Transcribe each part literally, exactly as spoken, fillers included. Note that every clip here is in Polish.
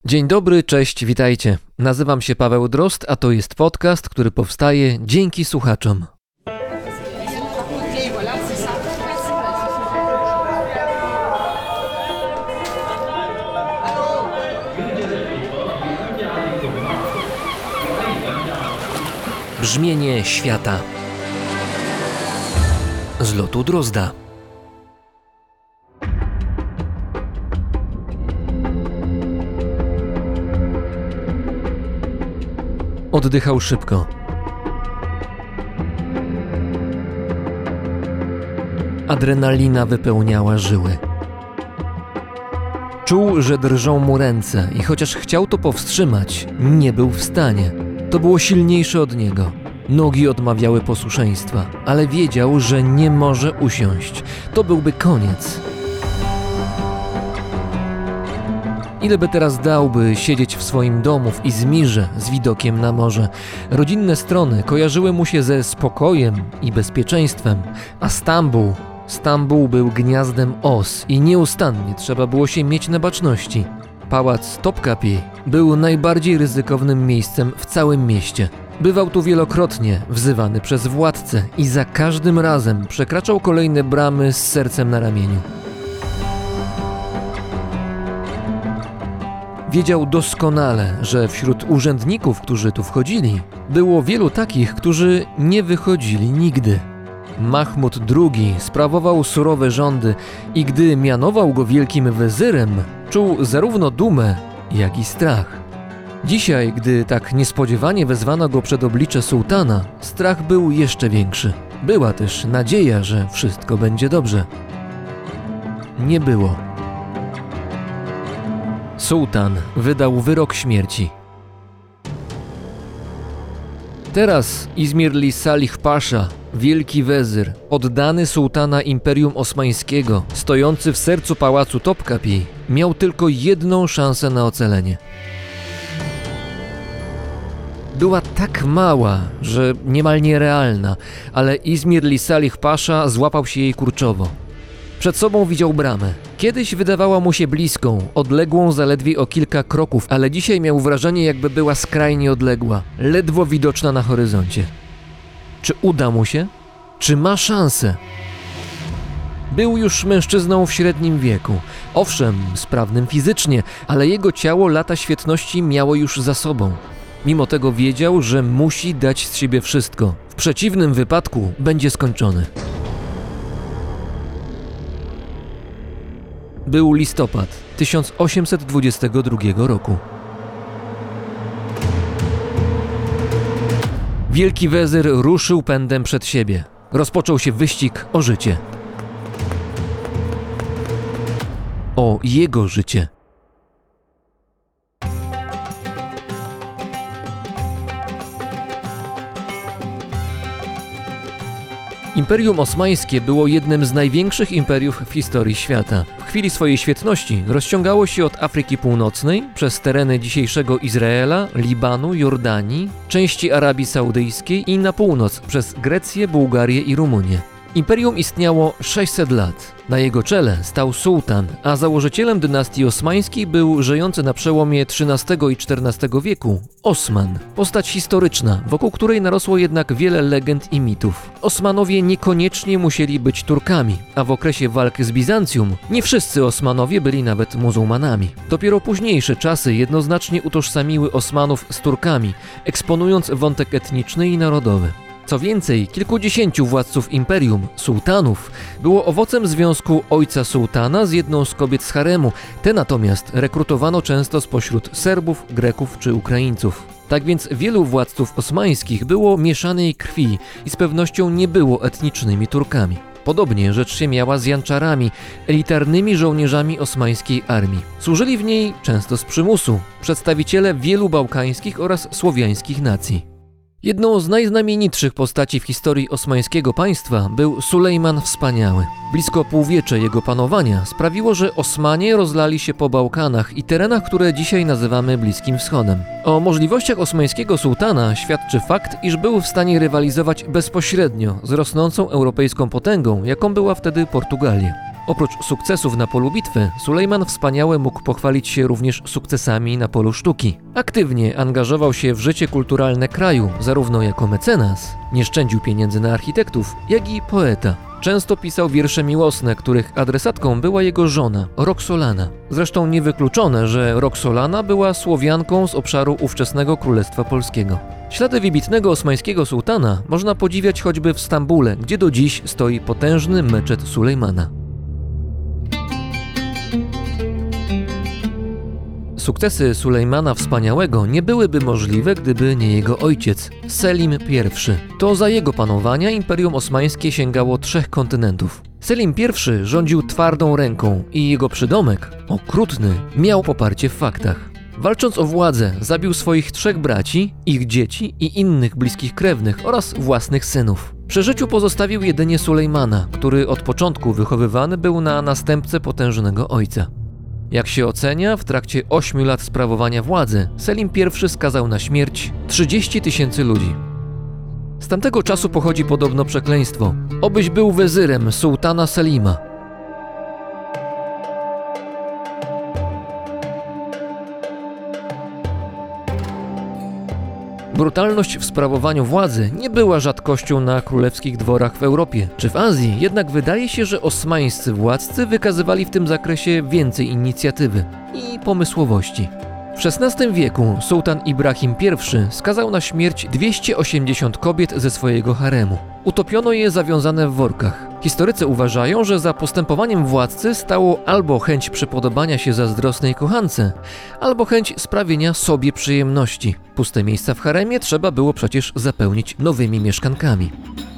Dzień dobry, cześć, witajcie. Nazywam się Paweł Drozd, a to jest podcast, który powstaje dzięki słuchaczom. Brzmienie świata z lotu Drozda. Oddychał szybko. Adrenalina wypełniała żyły. Czuł, że drżą mu ręce i chociaż chciał to powstrzymać, nie był w stanie. To było silniejsze od niego. Nogi odmawiały posłuszeństwa, ale wiedział, że nie może usiąść. To byłby koniec. Ile by teraz dał, by siedzieć w swoim domu w Izmirze z widokiem na morze? Rodzinne strony kojarzyły mu się ze spokojem i bezpieczeństwem, a Stambuł, Stambuł był gniazdem os i nieustannie trzeba było się mieć na baczności. Pałac Topkapi był najbardziej ryzykownym miejscem w całym mieście. Bywał tu wielokrotnie wzywany przez władcę i za każdym razem przekraczał kolejne bramy z sercem na ramieniu. Wiedział doskonale, że wśród urzędników, którzy tu wchodzili, było wielu takich, którzy nie wychodzili nigdy. Mahmud drugi sprawował surowe rządy i gdy mianował go wielkim wezyrem, czuł zarówno dumę, jak i strach. Dzisiaj, gdy tak niespodziewanie wezwano go przed oblicze sułtana, strach był jeszcze większy. Była też nadzieja, że wszystko będzie dobrze. Nie było. Sułtan wydał wyrok śmierci. Teraz Izmirli Salih Pasza, wielki wezyr, poddany sułtana Imperium Osmańskiego, stojący w sercu pałacu Topkapi, miał tylko jedną szansę na ocalenie. Była tak mała, że niemal nierealna, ale Izmirli Salih Pasza złapał się jej kurczowo. Przed sobą widział bramę. Kiedyś wydawała mu się bliską, odległą zaledwie o kilka kroków, ale dzisiaj miał wrażenie, jakby była skrajnie odległa, ledwo widoczna na horyzoncie. Czy uda mu się? Czy ma szansę? Był już mężczyzną w średnim wieku. Owszem, sprawnym fizycznie, ale jego ciało lata świetności miało już za sobą. Mimo tego wiedział, że musi dać z siebie wszystko. W przeciwnym wypadku będzie skończony. Był listopad tysiąc osiemset dwudziestego drugiego roku. Wielki wezyr ruszył pędem przed siebie. Rozpoczął się wyścig o życie. O jego życie. Imperium Osmańskie było jednym z największych imperiów w historii świata. W chwili swojej świetności rozciągało się od Afryki Północnej, przez tereny dzisiejszego Izraela, Libanu, Jordanii, części Arabii Saudyjskiej i na północ przez Grecję, Bułgarię i Rumunię. Imperium istniało sześćset lat. Na jego czele stał sułtan, a założycielem dynastii osmańskiej był żyjący na przełomie trzynastego i czternastego wieku Osman. Postać historyczna, wokół której narosło jednak wiele legend i mitów. Osmanowie niekoniecznie musieli być Turkami, a w okresie walk z Bizancjum nie wszyscy Osmanowie byli nawet muzułmanami. Dopiero późniejsze czasy jednoznacznie utożsamiły Osmanów z Turkami, eksponując wątek etniczny i narodowy. Co więcej, kilkudziesięciu władców imperium, sułtanów, było owocem związku ojca sułtana z jedną z kobiet z haremu. Te natomiast rekrutowano często spośród Serbów, Greków czy Ukraińców. Tak więc wielu władców osmańskich było mieszanej krwi i z pewnością nie było etnicznymi Turkami. Podobnie rzecz się miała z janczarami, elitarnymi żołnierzami osmańskiej armii. Służyli w niej, często z przymusu, przedstawiciele wielu bałkańskich oraz słowiańskich nacji. Jedną z najznamienitszych postaci w historii osmańskiego państwa był Sulejman Wspaniały. Blisko półwiecze jego panowania sprawiło, że Osmanie rozlali się po Bałkanach i terenach, które dzisiaj nazywamy Bliskim Wschodem. O możliwościach osmańskiego sułtana świadczy fakt, iż był w stanie rywalizować bezpośrednio z rosnącą europejską potęgą, jaką była wtedy Portugalia. Oprócz sukcesów na polu bitwy, Sulejman Wspaniały mógł pochwalić się również sukcesami na polu sztuki. Aktywnie angażował się w życie kulturalne kraju, zarówno jako mecenas, nie szczędził pieniędzy na architektów, jak i poeta. Często pisał wiersze miłosne, których adresatką była jego żona, Roxolana. Zresztą niewykluczone, że Roxolana była Słowianką z obszaru ówczesnego Królestwa Polskiego. Ślady wybitnego osmańskiego sułtana można podziwiać choćby w Stambule, gdzie do dziś stoi potężny meczet Sulejmana. Sukcesy Sulejmana Wspaniałego nie byłyby możliwe, gdyby nie jego ojciec, Selim I. To za jego panowania Imperium Osmańskie sięgało trzech kontynentów. Selim I rządził twardą ręką i jego przydomek, okrutny, miał poparcie w faktach. Walcząc o władzę, zabił swoich trzech braci, ich dzieci i innych bliskich krewnych oraz własnych synów. Przy życiu pozostawił jedynie Sulejmana, który od początku wychowywany był na następcę potężnego ojca. Jak się ocenia, w trakcie ośmiu lat sprawowania władzy Selim I skazał na śmierć trzydzieści tysięcy ludzi. Z tamtego czasu pochodzi podobno przekleństwo: obyś był wezyrem sułtana Selima. Brutalność w sprawowaniu władzy nie była rzadkością na królewskich dworach w Europie czy w Azji, jednak wydaje się, że osmańscy władcy wykazywali w tym zakresie więcej inicjatywy i pomysłowości. W szesnastym wieku sułtan Ibrahim I skazał na śmierć dwieście osiemdziesiąt kobiet ze swojego haremu. Utopiono je zawiązane w workach. Historycy uważają, że za postępowaniem władcy stało albo chęć przypodobania się zazdrosnej kochance, albo chęć sprawienia sobie przyjemności. Puste miejsca w haremie trzeba było przecież zapełnić nowymi mieszkankami.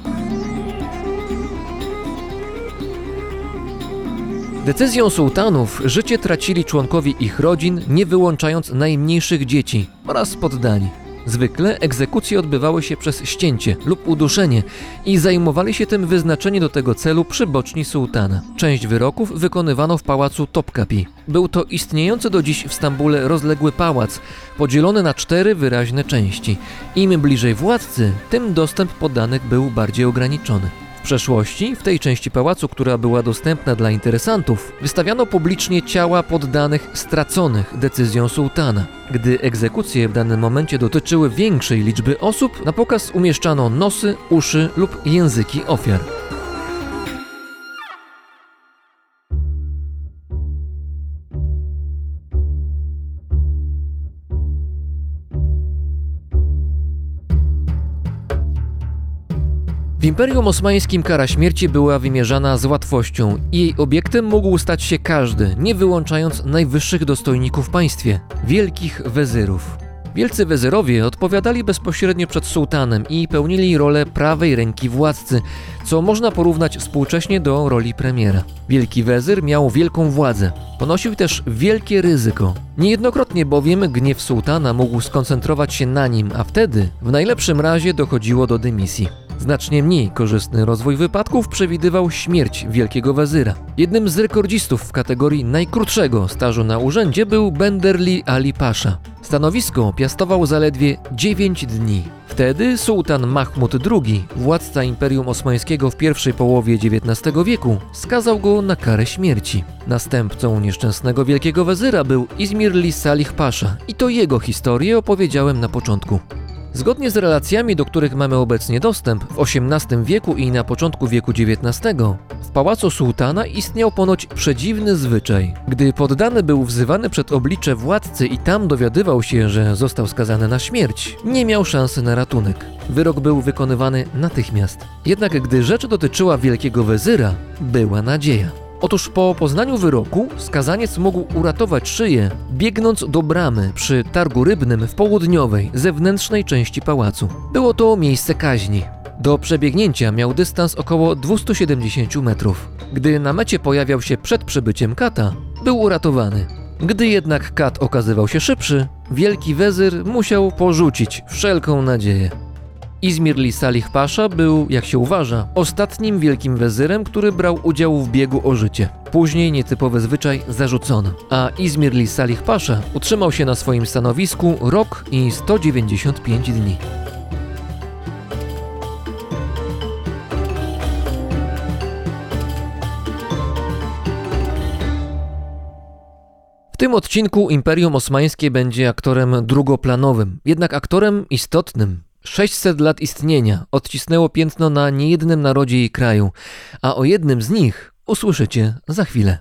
Decyzją sułtanów życie tracili członkowie ich rodzin, nie wyłączając najmniejszych dzieci oraz poddani. Zwykle egzekucje odbywały się przez ścięcie lub uduszenie i zajmowali się tym wyznaczeni do tego celu przyboczni sułtana. Część wyroków wykonywano w pałacu Topkapi. Był to istniejący do dziś w Stambule rozległy pałac, podzielony na cztery wyraźne części. Im bliżej władcy, tym dostęp poddanych był bardziej ograniczony. W przeszłości, w tej części pałacu, która była dostępna dla interesantów, wystawiano publicznie ciała poddanych straconych decyzją sułtana. Gdy egzekucje w danym momencie dotyczyły większej liczby osób, na pokaz umieszczano nosy, uszy lub języki ofiar. W Imperium Osmańskim kara śmierci była wymierzana z łatwością i jej obiektem mógł stać się każdy, nie wyłączając najwyższych dostojników w państwie – wielkich wezyrów. Wielcy wezyrowie odpowiadali bezpośrednio przed sułtanem i pełnili rolę prawej ręki władcy, co można porównać współcześnie do roli premiera. Wielki wezyr miał wielką władzę, ponosił też wielkie ryzyko. Niejednokrotnie bowiem gniew sułtana mógł skoncentrować się na nim, a wtedy w najlepszym razie dochodziło do dymisji. Znacznie mniej korzystny rozwój wypadków przewidywał śmierć wielkiego wezyra. Jednym z rekordzistów w kategorii najkrótszego stażu na urzędzie był Benderli Ali Pasza. Stanowisko piastował zaledwie dziewięć dni. Wtedy sułtan Mahmud drugi, władca Imperium Osmańskiego w pierwszej połowie dziewiętnastego wieku, skazał go na karę śmierci. Następcą nieszczęsnego wielkiego wezyra był Izmirli Salih Pasza i to jego historię opowiedziałem na początku. Zgodnie z relacjami, do których mamy obecnie dostęp, w osiemnastym wieku i na początku wieku dziewiętnastego w pałacu sułtana istniał ponoć przedziwny zwyczaj. Gdy poddany był wzywany przed oblicze władcy i tam dowiadywał się, że został skazany na śmierć, nie miał szansy na ratunek. Wyrok był wykonywany natychmiast. Jednak gdy rzecz dotyczyła wielkiego wezyra, była nadzieja. Otóż po poznaniu wyroku skazaniec mógł uratować szyję, biegnąc do bramy przy targu rybnym w południowej, zewnętrznej części pałacu. Było to miejsce kaźni. Do przebiegnięcia miał dystans około dwieście siedemdziesiąt metrów. Gdy na mecie pojawiał się przed przybyciem kata, był uratowany. Gdy jednak kat okazywał się szybszy, wielki wezyr musiał porzucić wszelką nadzieję. Izmirli Salih Pasza był, jak się uważa, ostatnim wielkim wezyrem, który brał udział w biegu o życie. Później nietypowy zwyczaj zarzucono, a Izmirli Salih Pasza utrzymał się na swoim stanowisku rok i sto dziewięćdziesiąt pięć dni. tym odcinku Imperium Osmańskie będzie aktorem drugoplanowym, jednak aktorem istotnym. sześćset lat istnienia odcisnęło piętno na niejednym narodzie i kraju, a o jednym z nich usłyszycie za chwilę.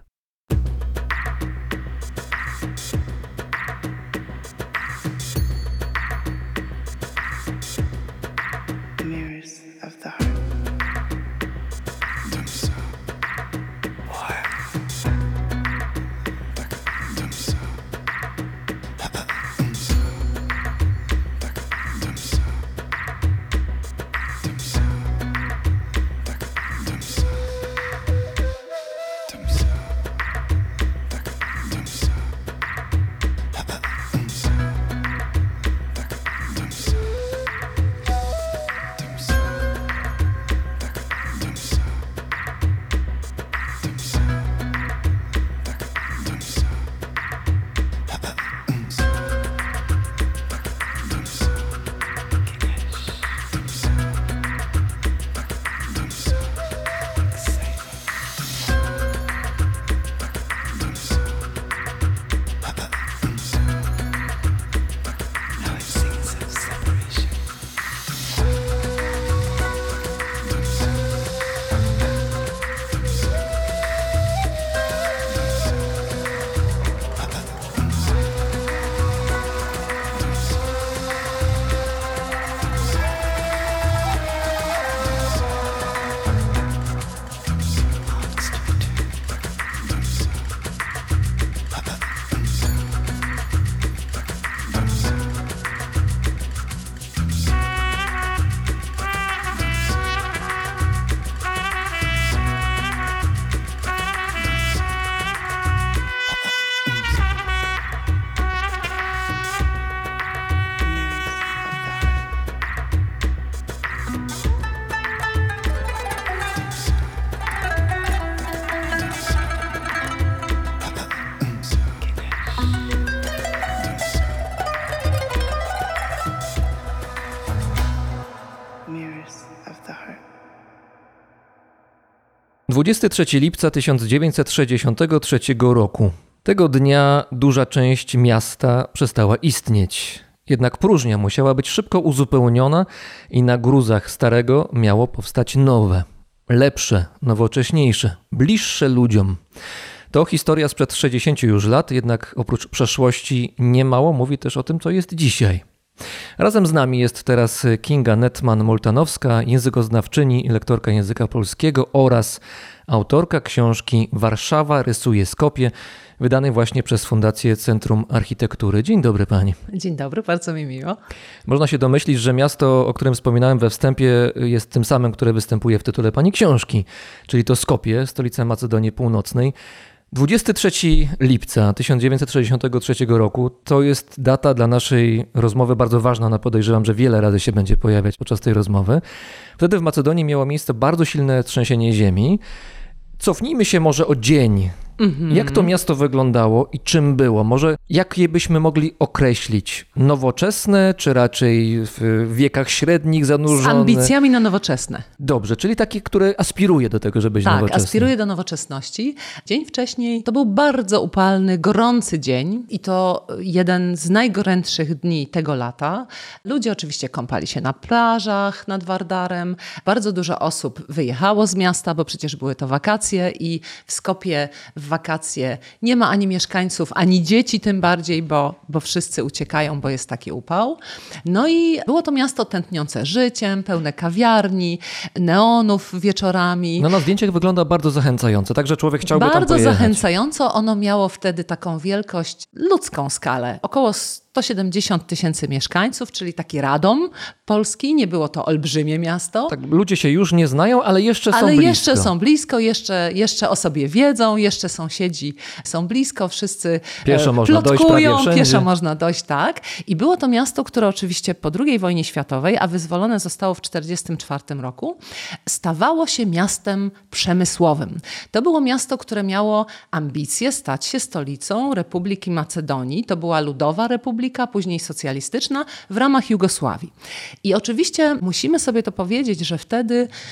dwudziestego trzeciego lipca tysiąc dziewięćset sześćdziesiątego trzeciego roku. Tego dnia duża część miasta przestała istnieć. Jednak próżnia musiała być szybko uzupełniona i na gruzach starego miało powstać nowe. Lepsze, nowocześniejsze, bliższe ludziom. To historia sprzed sześćdziesięciu już lat, jednak oprócz przeszłości niemało mówi też o tym, co jest dzisiaj. Razem z nami jest teraz Kinga Netman-Moltanowska, językoznawczyni i lektorka języka polskiego oraz autorka książki Warszawa rysuje Skopje, wydanej właśnie przez Fundację Centrum Architektury. Dzień dobry pani. Dzień dobry, bardzo mi miło. Można się domyślić, że miasto, o którym wspominałem we wstępie, jest tym samym, które występuje w tytule pani książki, czyli to Skopje, stolica Macedonii Północnej. dwudziestego trzeciego lipca tysiąc dziewięćset sześćdziesiątego trzeciego roku to jest data dla naszej rozmowy bardzo ważna. No podejrzewam, że wiele razy się będzie pojawiać podczas tej rozmowy. Wtedy w Macedonii miało miejsce bardzo silne trzęsienie ziemi. Cofnijmy się może o dzień. Mm-hmm. Jak to miasto wyglądało i czym było? Może jak je byśmy mogli określić? Nowoczesne, czy raczej w wiekach średnich zanurzone? Z ambicjami na nowoczesne. Dobrze, czyli takie, które aspiruje do tego, żeby być tak, nowoczesne. Tak, aspiruje do nowoczesności. Dzień wcześniej to był bardzo upalny, gorący dzień i to jeden z najgorętszych dni tego lata. Ludzie oczywiście kąpali się na plażach nad Wardarem. Bardzo dużo osób wyjechało z miasta, bo przecież były to wakacje i w Skopie w wakacje nie ma ani mieszkańców, ani dzieci tym bardziej, bo, bo wszyscy uciekają, bo jest taki upał. No i było to miasto tętniące życiem, pełne kawiarni, neonów wieczorami. No na zdjęciach wygląda bardzo zachęcająco, także człowiek chciałby bardzo tam pojechać. Bardzo zachęcająco. Ono miało wtedy taką wielkość, ludzką skalę. Około sto siedemdziesiąt tysięcy mieszkańców, czyli taki Radom polski. Nie było to olbrzymie miasto. Tak, ludzie się już nie znają, ale jeszcze są ale blisko. Ale jeszcze są blisko, jeszcze, jeszcze o sobie wiedzą, jeszcze sąsiedzi są blisko, wszyscy pieszo można plotkują, dojść prawie wszędzie. Pieszo można dojść, tak. I było to miasto, które oczywiście po drugiej wojnie światowej, a wyzwolone zostało w tysiąc dziewięćset czterdziestym czwartym roku, stawało się miastem przemysłowym. To było miasto, które miało ambicje stać się stolicą Republiki Macedonii. To była Ludowa Republika, później socjalistyczna, w ramach Jugosławii. I oczywiście musimy sobie to powiedzieć, że wtedy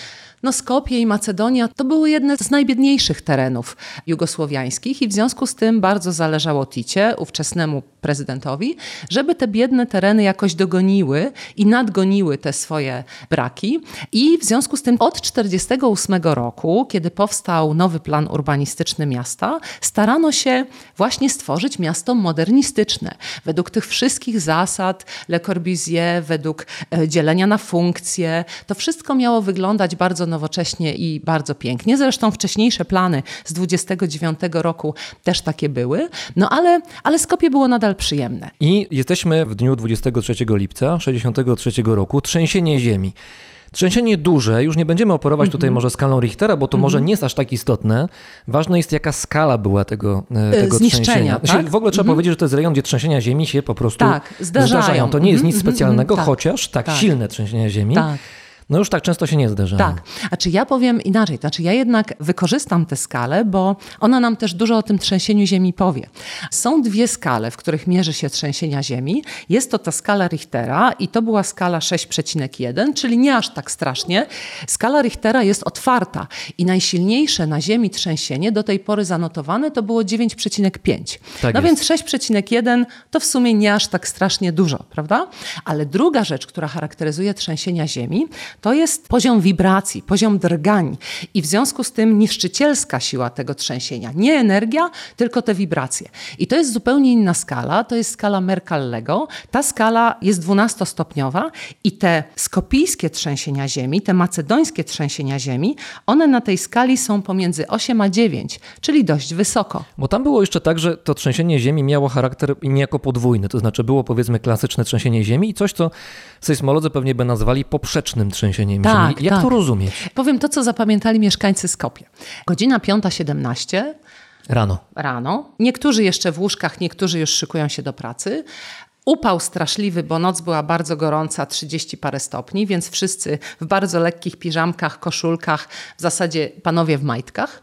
no Skopje i Macedonia to były jedne z najbiedniejszych terenów jugosłowiańskich i w związku z tym bardzo zależało Ticie, ówczesnemu prezydentowi, żeby te biedne tereny jakoś dogoniły i nadgoniły te swoje braki. I w związku z tym od tysiąc dziewięćset czterdziestego ósmego roku, kiedy powstał nowy plan urbanistyczny miasta, starano się właśnie stworzyć miasto modernistyczne. Według tych wszystkich zasad Le Corbusier, według e, dzielenia na funkcje. To wszystko miało wyglądać bardzo nowocześnie i bardzo pięknie. Zresztą wcześniejsze plany z dwudziestego dziewiątego roku też takie były. No ale, ale Skopje było nadal przyjemne. I jesteśmy w dniu dwudziestego trzeciego lipca tysiąc dziewięćset sześćdziesiątego trzeciego roku. Trzęsienie ziemi. Trzęsienie duże, już nie będziemy operować mm-hmm. tutaj może skalą Richtera, bo to mm-hmm. może nie jest aż tak istotne. Ważne jest, jaka skala była tego, tego trzęsienia. Tak? W ogóle trzeba mm-hmm. powiedzieć, że to jest rejon, gdzie trzęsienia ziemi się po prostu tak, zdarzają. zdarzają. To nie jest nic mm-hmm. specjalnego, tak. chociaż tak, tak silne trzęsienia ziemi. Tak. No już tak często się nie zdarzają. Tak. A czy ja powiem inaczej, znaczy ja jednak wykorzystam tę skalę, bo ona nam też dużo o tym trzęsieniu ziemi powie. Są dwie skale, w których mierzy się trzęsienia ziemi. Jest to ta skala Richtera i to była skala sześć przecinek jeden, czyli nie aż tak strasznie. Skala Richtera jest otwarta i najsilniejsze na ziemi trzęsienie do tej pory zanotowane to było dziewięć przecinek pięć. Tak no jest. Więc sześć przecinek jeden to w sumie nie aż tak strasznie dużo, prawda? Ale druga rzecz, która charakteryzuje trzęsienia ziemi, to jest poziom wibracji, poziom drgań i w związku z tym niszczycielska siła tego trzęsienia. Nie energia, tylko te wibracje. I to jest zupełnie inna skala, to jest skala Mercallego. Ta skala jest dwunastostopniowa i te skopijskie trzęsienia ziemi, te macedońskie trzęsienia ziemi, one na tej skali są pomiędzy osiem a dziewięć, czyli dość wysoko. Bo tam było jeszcze tak, że to trzęsienie ziemi miało charakter niejako podwójny, to znaczy było powiedzmy klasyczne trzęsienie ziemi i coś, co sejsmolodzy pewnie by nazwali poprzecznym trzęsieniem tak, ziemi. Jak tak. to rozumieć? Powiem to, co zapamiętali mieszkańcy Skopie. Godzina piąta siedemnaście Rano. Rano. Niektórzy jeszcze w łóżkach, niektórzy już szykują się do pracy. Upał straszliwy, bo noc była bardzo gorąca, trzydzieści parę stopni, więc wszyscy w bardzo lekkich piżamkach, koszulkach, w zasadzie panowie w majtkach.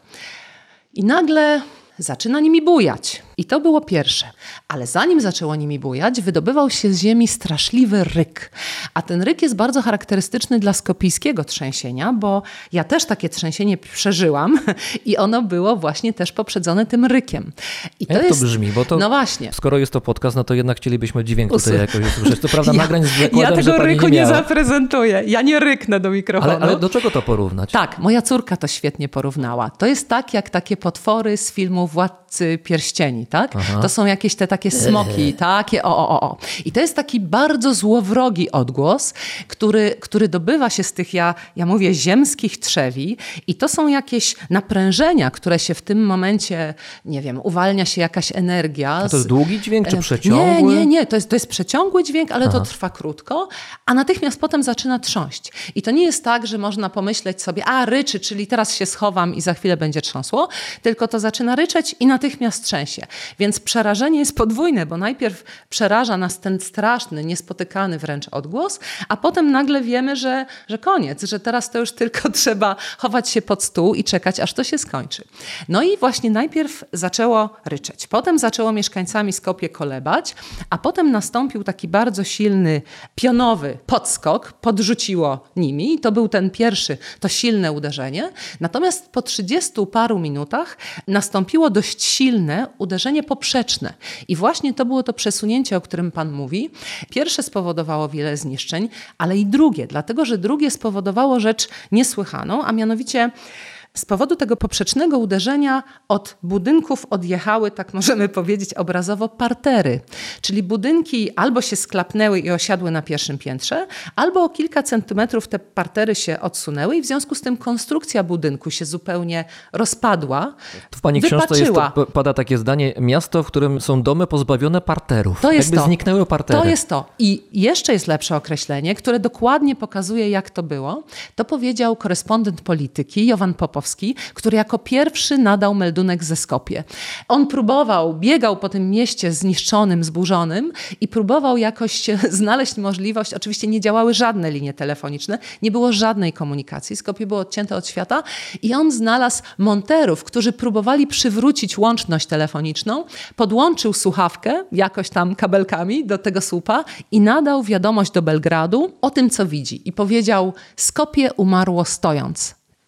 I nagle zaczyna nimi bujać. I to było pierwsze. Ale zanim zaczęło nimi bujać, wydobywał się z ziemi straszliwy ryk. A ten ryk jest bardzo charakterystyczny dla skopijskiego trzęsienia, bo ja też takie trzęsienie przeżyłam i ono było właśnie też poprzedzone tym rykiem. I to Jak jest... to brzmi? Bo to, no właśnie. Skoro jest to podcast, no to jednak chcielibyśmy dźwięk Usy... tutaj jakoś usłyszeć. To prawda, ja, nagrań z zakładem, ja tego że pani ryku nie, nie miała. zaprezentuję. Ja nie ryknę do mikrofonu. Ale, ale do czego to porównać? Tak, moja córka to świetnie porównała. To jest tak, jak takie potwory z filmu Władcy Pierścieni, tak? Aha. To są jakieś te takie smoki, takie o, o, o. I to jest taki bardzo złowrogi odgłos, który, który dobywa się z tych, ja, ja mówię, ziemskich trzewi i to są jakieś naprężenia, które się w tym momencie, nie wiem, uwalnia się jakaś energia. A to jest z... długi dźwięk czy przeciągły? Nie, nie, nie. To jest, to jest przeciągły dźwięk, ale Aha. to trwa krótko, a natychmiast potem zaczyna trząść. I to nie jest tak, że można pomyśleć sobie, a ryczy, czyli teraz się schowam i za chwilę będzie trząsło, tylko to zaczyna ryczeć i natychmiast trzęsie. Więc przerażenie jest podwójne, bo najpierw przeraża nas ten straszny, niespotykany wręcz odgłos, a potem nagle wiemy, że, że koniec, że teraz to już tylko trzeba chować się pod stół i czekać, aż to się skończy. No i właśnie najpierw zaczęło ryczeć, potem zaczęło mieszkańcami Skopie kolebać, a potem nastąpił taki bardzo silny, pionowy podskok, podrzuciło nimi. To był ten pierwszy, to silne uderzenie. Natomiast po trzydziestu paru minutach nastąpiło dość silne uderzenie poprzeczne. I właśnie to było to przesunięcie, o którym Pan mówi. Pierwsze spowodowało wiele zniszczeń, ale i drugie, dlatego że drugie spowodowało rzecz niesłychaną, a mianowicie z powodu tego poprzecznego uderzenia od budynków odjechały, tak możemy powiedzieć obrazowo, partery. Czyli budynki albo się sklapnęły i osiadły na pierwszym piętrze, albo o kilka centymetrów te partery się odsunęły i w związku z tym konstrukcja budynku się zupełnie rozpadła. W Pani wypaczyła. książce jest to, pada takie zdanie, miasto, w którym są domy pozbawione parterów. To jest Jakby to. zniknęły partery. To jest to. I jeszcze jest lepsze określenie, które dokładnie pokazuje, jak to było. To powiedział korespondent Polityki, Jovan Popowski, który jako pierwszy nadał meldunek ze Skopie. On próbował, biegał po tym mieście zniszczonym, zburzonym i próbował jakoś znaleźć możliwość, oczywiście nie działały żadne linie telefoniczne, nie było żadnej komunikacji, Skopie było odcięte od świata i on znalazł monterów, którzy próbowali przywrócić łączność telefoniczną, podłączył słuchawkę jakoś tam kabelkami do tego słupa i nadał wiadomość do Belgradu o tym, co widzi. I powiedział: Skopie umarło stojąc.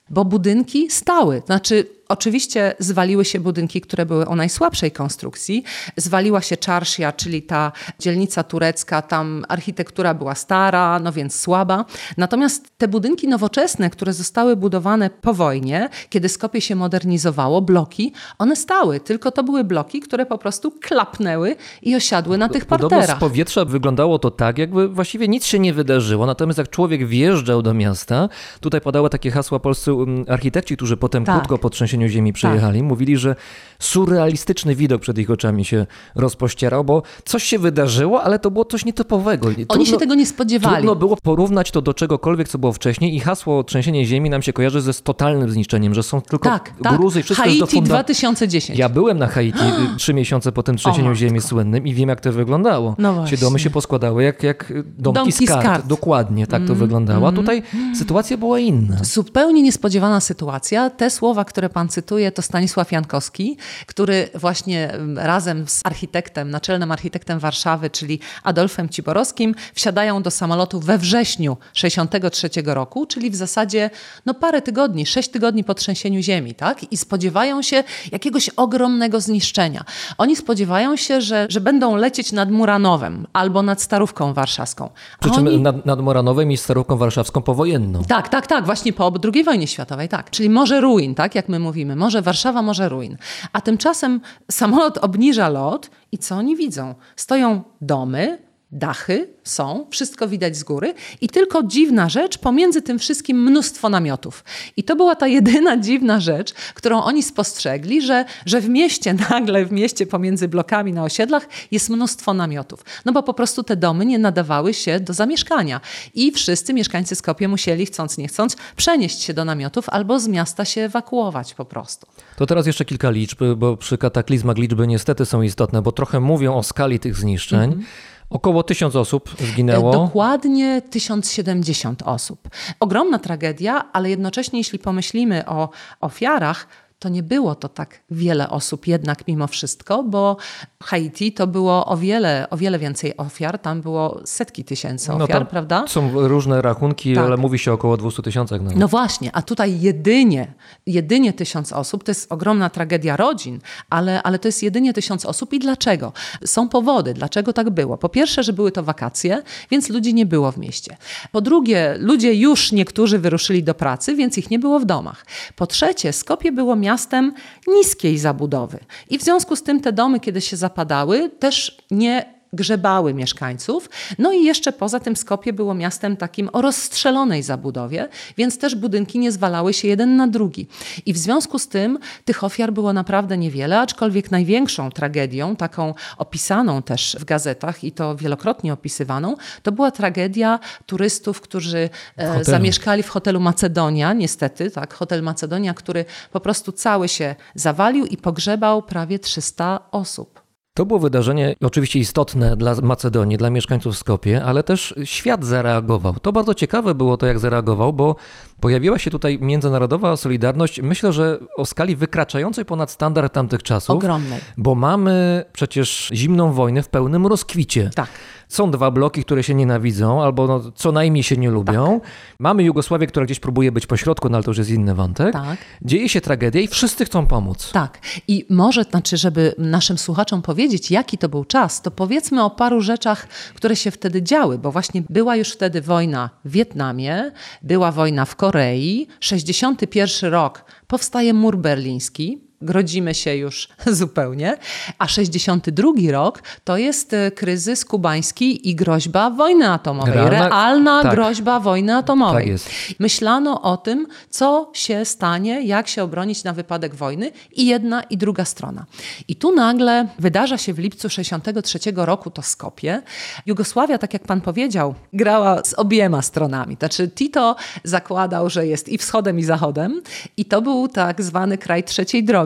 bo budynki stały. Znaczy, oczywiście zwaliły się budynki, które były o najsłabszej konstrukcji. Zwaliła się Czarszia, czyli ta dzielnica turecka, tam architektura była stara, no więc słaba. Natomiast te budynki nowoczesne, które zostały budowane po wojnie, kiedy Skopie się modernizowało, bloki, one stały. Tylko to były bloki, które po prostu klapnęły i osiadły na tych Podobno parterach. z powietrza wyglądało to tak, jakby właściwie nic się nie wydarzyło. Natomiast jak człowiek wjeżdżał do miasta, tutaj padały takie hasła polscy architekci, którzy potem Tak. krótko po trzęsieniu ziemi przyjechali, tak. Mówili, że surrealistyczny widok przed ich oczami się rozpościerał, bo coś się wydarzyło, ale to było coś nietypowego. Oni Trudno, się tego nie spodziewali. Trudno było porównać to do czegokolwiek, co było wcześniej i hasło trzęsienie ziemi nam się kojarzy ze totalnym zniszczeniem, że są tylko tak, gruzy tak. i wszystko Haiti jest do funda... dwa tysiące dziesięć. Ja byłem na Haiti trzy miesiące po tym trzęsieniu O, ziemi słynnym i wiem, jak to wyglądało. No właśnie. Się domy się poskładały jak, jak domki, Domki z kart. z kart. Dokładnie tak to Mm, wyglądało. A mm. tutaj sytuacja była inna. Zupełnie niespodziewana sytuacja. Te słowa, które pan cytuje, to Stanisław Jankowski, który właśnie razem z architektem, naczelnym architektem Warszawy, czyli Adolfem Ciborowskim, wsiadają do samolotu we wrześniu sześćdziesiątego trzeciego roku, czyli w zasadzie no parę tygodni, sześć tygodni po trzęsieniu ziemi, tak? I spodziewają się jakiegoś ogromnego zniszczenia. Oni spodziewają się, że, że będą lecieć nad Muranowem albo nad Starówką Warszawską. A Przy czym oni... nad, nad Moranowem i Starówką Warszawską powojenną. Tak, tak, tak, właśnie po drugiej wojnie światowej, tak. Czyli morze ruin, tak jak my mówimy. Morze Warszawa, morze ruin. A tymczasem samolot obniża lot i co oni widzą? Stoją domy, dachy są, wszystko widać z góry i tylko dziwna rzecz, pomiędzy tym wszystkim mnóstwo namiotów. I to była ta jedyna dziwna rzecz, którą oni spostrzegli, że, że w mieście, nagle w mieście pomiędzy blokami na osiedlach jest mnóstwo namiotów. No bo po prostu te domy nie nadawały się do zamieszkania. I wszyscy mieszkańcy Skopie musieli, chcąc nie chcąc, przenieść się do namiotów albo z miasta się ewakuować po prostu. To teraz jeszcze kilka liczb, bo przy kataklizmach liczby niestety są istotne, bo trochę mówią o skali tych zniszczeń. Mm-hmm. Około tysiąc osób zginęło. Dokładnie tysiąc siedemdziesiąt osób. Ogromna tragedia, ale jednocześnie jeśli pomyślimy o ofiarach, to nie było to tak wiele osób jednak mimo wszystko, bo Haiti to było o wiele, o wiele więcej ofiar. Tam było setki tysięcy ofiar, no prawda? Są różne rachunki, tak. Ale mówi się o około dwieście tysiącach. Nawet. No właśnie, a tutaj jedynie, jedynie tysiąc osób. To jest ogromna tragedia rodzin, ale, ale to jest jedynie tysiąc osób. I dlaczego? Są powody, dlaczego tak było. Po pierwsze, że były to wakacje, więc ludzi nie było w mieście. Po drugie, ludzie już niektórzy wyruszyli do pracy, więc ich nie było w domach. Po trzecie, Skopie było miastem niskiej zabudowy. I w związku z tym te domy, kiedy się zapadały, też nie grzebały mieszkańców. No i jeszcze poza tym Skopie było miastem takim o rozstrzelonej zabudowie, więc też budynki nie zwalały się jeden na drugi. I w związku z tym tych ofiar było naprawdę niewiele, aczkolwiek największą tragedią, taką opisaną też w gazetach i to wielokrotnie opisywaną, to była tragedia turystów, którzy e, zamieszkali w hotelu Macedonia, niestety, tak, hotel Macedonia, który po prostu cały się zawalił i pogrzebał prawie trzysta osób. To było wydarzenie oczywiście istotne dla Macedonii, dla mieszkańców Skopie, ale też świat zareagował. To bardzo ciekawe było to, jak zareagował, bo pojawiła się tutaj międzynarodowa solidarność, myślę, że o skali wykraczającej ponad standard tamtych czasów. Ogromnej. Bo mamy przecież zimną wojnę w pełnym rozkwicie. Tak. Są dwa bloki, które się nienawidzą, albo no, co najmniej się nie lubią. Tak. Mamy Jugosławię, która gdzieś próbuje być pośrodku, no ale to już jest inny wątek. Tak. Dzieje się tragedia i wszyscy chcą pomóc. Tak. I może, znaczy, żeby naszym słuchaczom powiedzieć, jaki to był czas, to powiedzmy o paru rzeczach, które się wtedy działy, bo właśnie była już wtedy wojna w Wietnamie, była wojna w Korei, sześćdziesiąty pierwszy rok powstaje mur berliński, grodzimy się już zupełnie, a sześćdziesiąty drugi rok to jest kryzys kubański i groźba wojny atomowej. Realna, Realna tak. groźba wojny atomowej. Tak jest. Myślano o tym, co się stanie, jak się obronić na wypadek wojny i jedna i druga strona. I tu nagle wydarza się w lipcu sześćdziesiątego trzeciego roku to Skopie. Jugosławia, tak jak pan powiedział, grała z obiema stronami. Znaczy Tito zakładał, że jest i wschodem i zachodem i to był tak zwany kraj trzeciej drogi.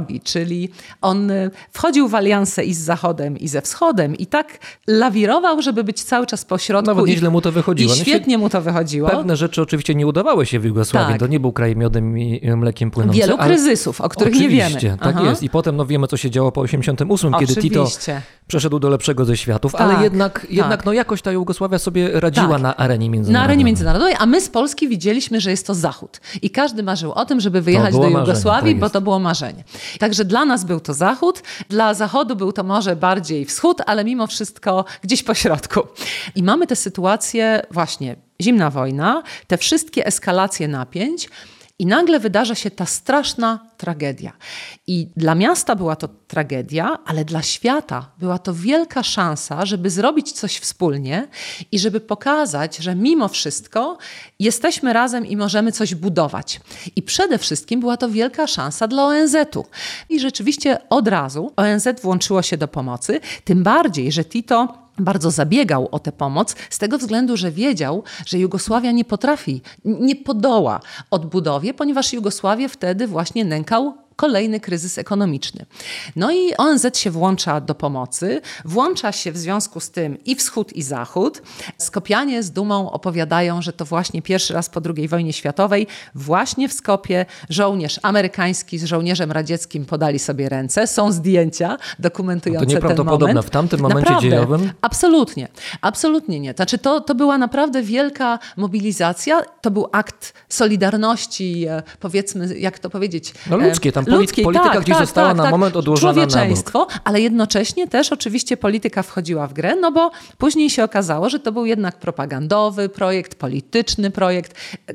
drogi, czyli on wchodził w alianse i z Zachodem, i ze Wschodem i tak lawirował, żeby być cały czas po środku. Nawet nieźle mu to wychodziło. I świetnie mu to wychodziło. Pewne rzeczy oczywiście nie udawały się w Jugosławii. Tak. To nie był kraj miodem i mlekiem płynący. Wielu ale... kryzysów, o których oczywiście, nie wiemy. tak Aha. jest. I potem no, wiemy, co się działo po osiemdziesiątym ósmym, kiedy Tito przeszedł do lepszego ze światów, tak, ale jednak, tak. jednak no, jakoś ta Jugosławia sobie radziła tak. na arenie międzynarodowej. Na arenie międzynarodowej, a my z Polski widzieliśmy, że jest to Zachód. I każdy marzył o tym, żeby wyjechać do Jugosławii, marzenie, bo to było marzenie. Także dla nas był to Zachód, dla Zachodu był to może bardziej Wschód, ale mimo wszystko gdzieś po środku. I mamy tę sytuację właśnie, zimna wojna, te wszystkie eskalacje napięć, i nagle wydarza się ta straszna tragedia. I dla miasta była to tragedia, ale dla świata była to wielka szansa, żeby zrobić coś wspólnie i żeby pokazać, że mimo wszystko jesteśmy razem i możemy coś budować. I przede wszystkim była to wielka szansa dla O N Z-u. I rzeczywiście od razu O N Z włączyło się do pomocy, tym bardziej, że Tito bardzo zabiegał o tę pomoc z tego względu, że wiedział, że Jugosławia nie potrafi, nie podoła odbudowie, ponieważ Jugosławię wtedy właśnie nękał kolejny kryzys ekonomiczny. No i O N Z się włącza do pomocy, włącza się w związku z tym i Wschód, i Zachód. Skopianie z dumą opowiadają, że to właśnie pierwszy raz po drugiej wojnie światowej właśnie w Skopie żołnierz amerykański z żołnierzem radzieckim podali sobie ręce. Są zdjęcia dokumentujące ten moment. To nieprawdopodobne w tamtym momencie naprawdę, dziejowym? Absolutnie. Absolutnie nie. Znaczy to, to była naprawdę wielka mobilizacja. To był akt solidarności, powiedzmy, jak to powiedzieć? No ludzkie, tam ludzkiej, polityka tak, gdzieś tak, została tak, na tak. moment odłożona na bok. Człowieczeństwo, ale jednocześnie też oczywiście polityka wchodziła w grę, no bo później się okazało, że to był jednak propagandowy projekt, polityczny projekt.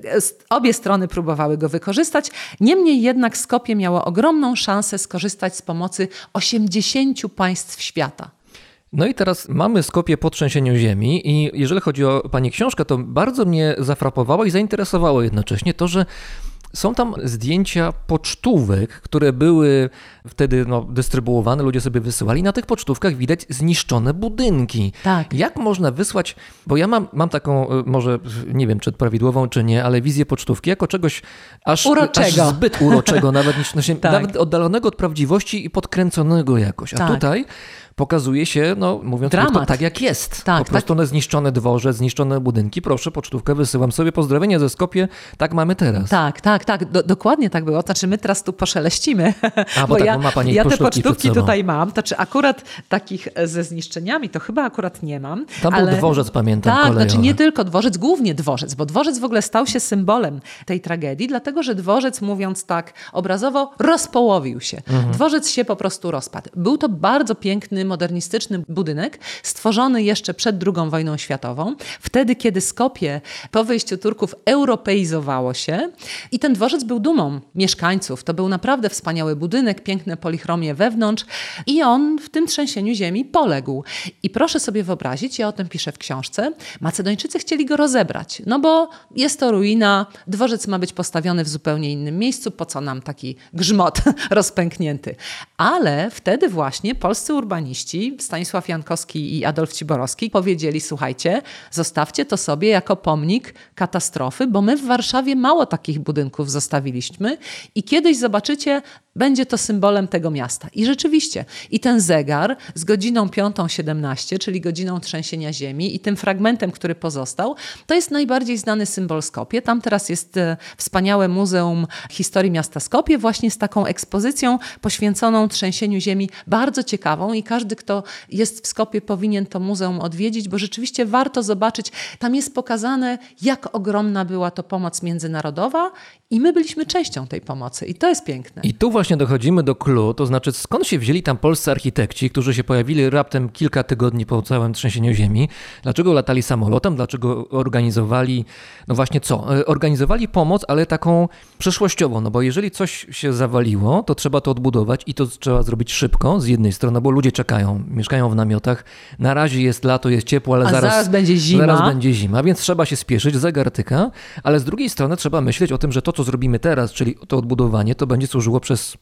Obie strony próbowały go wykorzystać. Niemniej jednak Skopje miało ogromną szansę skorzystać z pomocy osiemdziesięciu państw świata. No i teraz mamy Skopje po trzęsieniu ziemi i jeżeli chodzi o pani książkę, to bardzo mnie zafrapowało i zainteresowało jednocześnie to, że są tam zdjęcia pocztówek, które były wtedy no, dystrybuowane, ludzie sobie wysyłali. Na tych pocztówkach widać zniszczone budynki. Tak. Jak można wysłać, bo ja mam, mam taką, może nie wiem, czy prawidłową, czy nie, ale wizję pocztówki jako czegoś aż, uroczego. aż zbyt uroczego, nawet, niż, no, tak. nawet oddalonego od prawdziwości i podkręconego jakoś. A tak. tutaj pokazuje się, no mówiąc krótko, tak jak jest. Tak, po prostu tak. Zniszczone dworze, zniszczone budynki. Proszę, pocztówkę wysyłam sobie. Pozdrowienia ze Skopie. Tak mamy teraz. Tak, tak, tak. Do, dokładnie tak było. Znaczy my teraz tu poszeleścimy. A, bo, bo tak, ja, bo ma pani ja te pocztówki pocztówki tutaj mam. Znaczy akurat takich ze zniszczeniami to chyba akurat nie mam. Tam ale... był dworzec, pamiętam, Tak, kolejowy. znaczy nie tylko dworzec, głównie dworzec, bo dworzec w ogóle stał się symbolem tej tragedii, dlatego że dworzec, mówiąc tak obrazowo, rozpołowił się. Mhm. Dworzec się po prostu rozpadł. Był to bardzo piękny, modernistyczny budynek, stworzony jeszcze przed drugą wojną światową, wtedy kiedy Skopje po wyjściu Turków europeizowało się i ten dworzec był dumą mieszkańców. To był naprawdę wspaniały budynek, piękne polichromie wewnątrz i on w tym trzęsieniu ziemi poległ. I proszę sobie wyobrazić, ja o tym piszę w książce, Macedończycy chcieli go rozebrać, no bo jest to ruina, dworzec ma być postawiony w zupełnie innym miejscu, po co nam taki grzmot rozpęknięty. Ale wtedy właśnie polscy urbaniści, Stanisław Jankowski i Adolf Ciborowski, powiedzieli, słuchajcie, zostawcie to sobie jako pomnik katastrofy, bo my w Warszawie mało takich budynków zostawiliśmy i kiedyś zobaczycie, będzie to symbolem tego miasta. I rzeczywiście, i ten zegar z godziną piątą siedemnaście, czyli godziną trzęsienia ziemi i tym fragmentem, który pozostał, to jest najbardziej znany symbol Skopie. Tam teraz jest e, wspaniałe Muzeum Historii Miasta Skopie właśnie z taką ekspozycją poświęconą trzęsieniu ziemi, bardzo ciekawą i każdy, kto jest w Skopie, powinien to muzeum odwiedzić, bo rzeczywiście warto zobaczyć. Tam jest pokazane, jak ogromna była to pomoc międzynarodowa i my byliśmy częścią tej pomocy i to jest piękne. I tu właśnie dochodzimy do clou, to znaczy skąd się wzięli tam polscy architekci, którzy się pojawili raptem kilka tygodni po całym trzęsieniu ziemi, dlaczego latali samolotem, dlaczego organizowali, no właśnie co, organizowali pomoc, ale taką przyszłościową, no bo jeżeli coś się zawaliło, to trzeba to odbudować i to trzeba zrobić szybko z jednej strony, bo ludzie czekają, mieszkają w namiotach, na razie jest lato, jest ciepło, ale A zaraz, zaraz będzie zima. Zaraz będzie zima, więc trzeba się spieszyć, zegar tyka, ale z drugiej strony trzeba myśleć o tym, że to, co zrobimy teraz, czyli to odbudowanie, to będzie służyło przez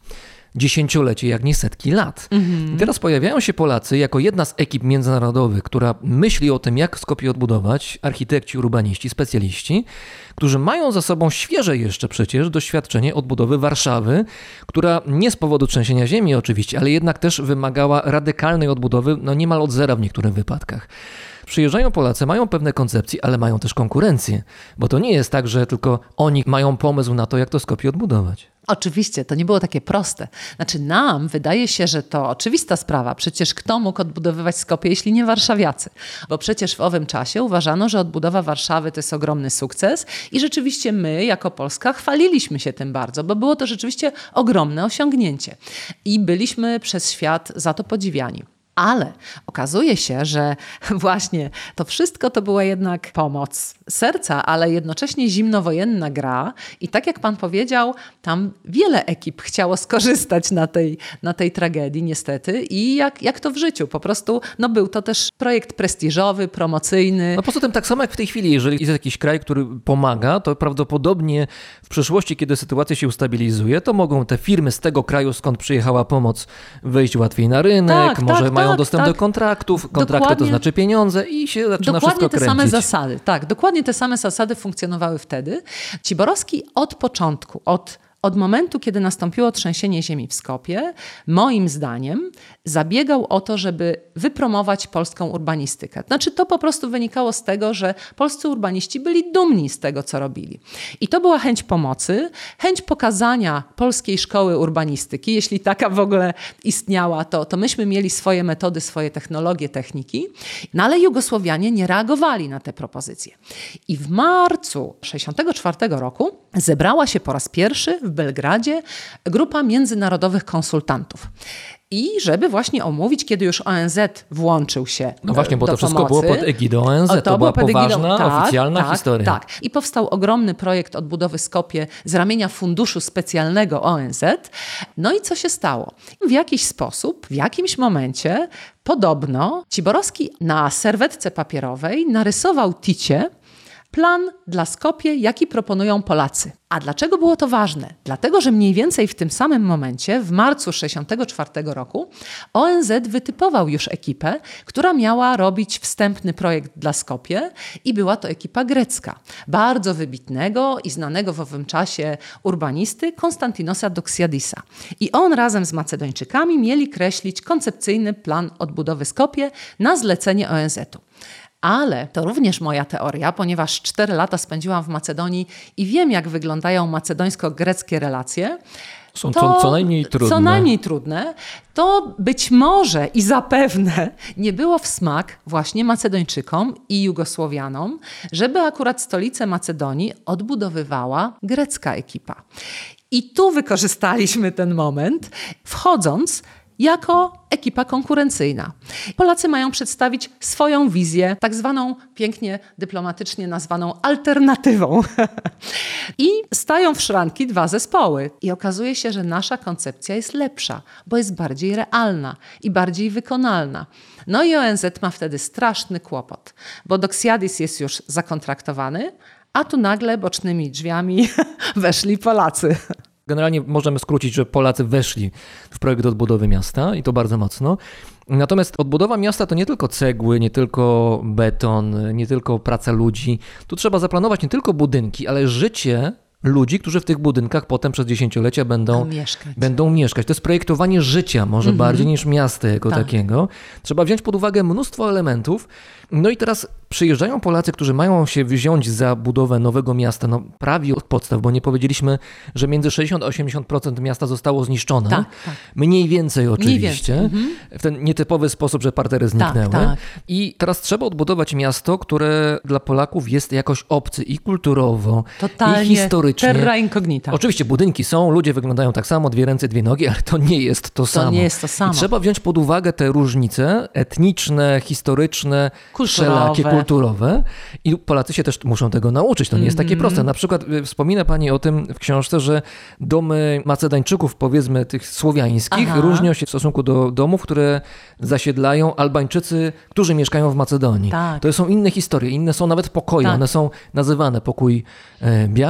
dziesięciolecie, jak nie setki lat. Mhm. I teraz pojawiają się Polacy jako jedna z ekip międzynarodowych, która myśli o tym, jak Skopje odbudować, architekci, urbaniści, specjaliści, którzy mają za sobą świeże jeszcze przecież doświadczenie odbudowy Warszawy, która nie z powodu trzęsienia ziemi oczywiście, ale jednak też wymagała radykalnej odbudowy, no niemal od zera w niektórych wypadkach. Przyjeżdżają Polacy, mają pewne koncepcje, ale mają też konkurencję, bo to nie jest tak, że tylko oni mają pomysł na to, jak to Skopje odbudować. Oczywiście, to nie było takie proste. Znaczy nam wydaje się, że to oczywista sprawa. Przecież kto mógł odbudowywać Skopje, jeśli nie warszawiacy? Bo przecież w owym czasie uważano, że odbudowa Warszawy to jest ogromny sukces i rzeczywiście my, jako Polska, chwaliliśmy się tym bardzo, bo było to rzeczywiście ogromne osiągnięcie. I byliśmy przez świat za to podziwiani. Ale okazuje się, że właśnie to wszystko to była jednak pomoc serca, ale jednocześnie zimnowojenna gra i tak jak pan powiedział, tam wiele ekip chciało skorzystać na tej, na tej tragedii niestety i jak, jak to w życiu, po prostu no był to też projekt prestiżowy, promocyjny. No poza tym tak samo jak w tej chwili, jeżeli jest jakiś kraj, który pomaga, to prawdopodobnie w przyszłości, kiedy sytuacja się ustabilizuje, to mogą te firmy z tego kraju, skąd przyjechała pomoc, wejść łatwiej na rynek, tak, może tak, mają tak, dostęp tak. do kontraktów, kontrakty Dokładnie. to znaczy pieniądze i się zaczyna Dokładnie wszystko te kręcić. same zasady, tak, dokładnie te same zasady funkcjonowały wtedy. Ci Borowski od początku, od Od momentu, kiedy nastąpiło trzęsienie ziemi w Skopie, moim zdaniem zabiegał o to, żeby wypromować polską urbanistykę. Znaczy to po prostu wynikało z tego, że polscy urbaniści byli dumni z tego, co robili. I to była chęć pomocy, chęć pokazania polskiej szkoły urbanistyki. Jeśli taka w ogóle istniała, to, to myśmy mieli swoje metody, swoje technologie, techniki. No ale Jugosłowianie nie reagowali na te propozycje. I w marcu sześćdziesiątego czwartego roku zebrała się po raz pierwszy w Belgradzie grupa międzynarodowych konsultantów. I żeby właśnie omówić, kiedy już O N Z włączył się No właśnie, bo do to wszystko pomocy. było pod egidą O N Z, to, to była poważna, tak, oficjalna tak, historia. Tak, i powstał ogromny projekt odbudowy Skopie z ramienia Funduszu Specjalnego O N Z. No i co się stało? W jakiś sposób, w jakimś momencie podobno Ciborowski na serwetce papierowej narysował Ticie plan dla Skopie, jaki proponują Polacy. A dlaczego było to ważne? Dlatego, że mniej więcej w tym samym momencie, w marcu sześćdziesiątego czwartego roku, O N Z wytypował już ekipę, która miała robić wstępny projekt dla Skopie i była to ekipa grecka. Bardzo wybitnego i znanego w owym czasie urbanisty Konstantinosa Doxiadisa. I on razem z Macedończykami mieli kreślić koncepcyjny plan odbudowy Skopie na zlecenie O N Z-u. Ale to również moja teoria, ponieważ cztery lata spędziłam w Macedonii i wiem, jak wyglądają macedońsko-greckie relacje. Są to, co, co najmniej trudne. Co najmniej trudne. To być może i zapewne nie było w smak właśnie Macedończykom i Jugosłowianom, żeby akurat stolicę Macedonii odbudowywała grecka ekipa. I tu wykorzystaliśmy ten moment, wchodząc jako ekipa konkurencyjna. Polacy mają przedstawić swoją wizję, tak zwaną, pięknie dyplomatycznie nazwaną alternatywą. I stają w szranki dwa zespoły. I okazuje się, że nasza koncepcja jest lepsza, bo jest bardziej realna i bardziej wykonalna. No i O N Z ma wtedy straszny kłopot, bo Doxiadis jest już zakontraktowany, a tu nagle bocznymi drzwiami weszli Polacy. Generalnie możemy skrócić, że Polacy weszli w projekt odbudowy miasta i to bardzo mocno. Natomiast odbudowa miasta to nie tylko cegły, nie tylko beton, nie tylko praca ludzi. Tu trzeba zaplanować nie tylko budynki, ale życie ludzi, którzy w tych budynkach potem przez dziesięciolecia będą mieszkać. Będą mieszkać. To jest projektowanie życia może mm-hmm. bardziej niż miasta jako tak. takiego. Trzeba wziąć pod uwagę mnóstwo elementów. No i teraz przyjeżdżają Polacy, którzy mają się wziąć za budowę nowego miasta, no prawie od podstaw, bo nie powiedzieliśmy, że między sześćdziesiąt a osiemdziesiąt procent miasta zostało zniszczone. Tak, tak. Mniej więcej oczywiście. Mniej więcej. Mm-hmm. W ten nietypowy sposób, że partery zniknęły. Tak, tak. I teraz trzeba odbudować miasto, które dla Polaków jest jakoś obcy i kulturowo, totalnie i historycznie. Terra incognita. Oczywiście budynki są, ludzie wyglądają tak samo, dwie ręce, dwie nogi, ale to nie jest to, to samo. To nie jest to samo. I trzeba wziąć pod uwagę te różnice etniczne, historyczne, kulturowe. wszelakie, kulturowe. I Polacy się też muszą tego nauczyć. To nie jest takie proste. Na przykład wspomina pani o tym w książce, że domy Macedończyków, powiedzmy tych słowiańskich, Aha. różnią się w stosunku do domów, które zasiedlają Albańczycy, którzy mieszkają w Macedonii. Tak. To są inne historie, inne są nawet pokoje. Tak. One są nazywane pokój biały, czarny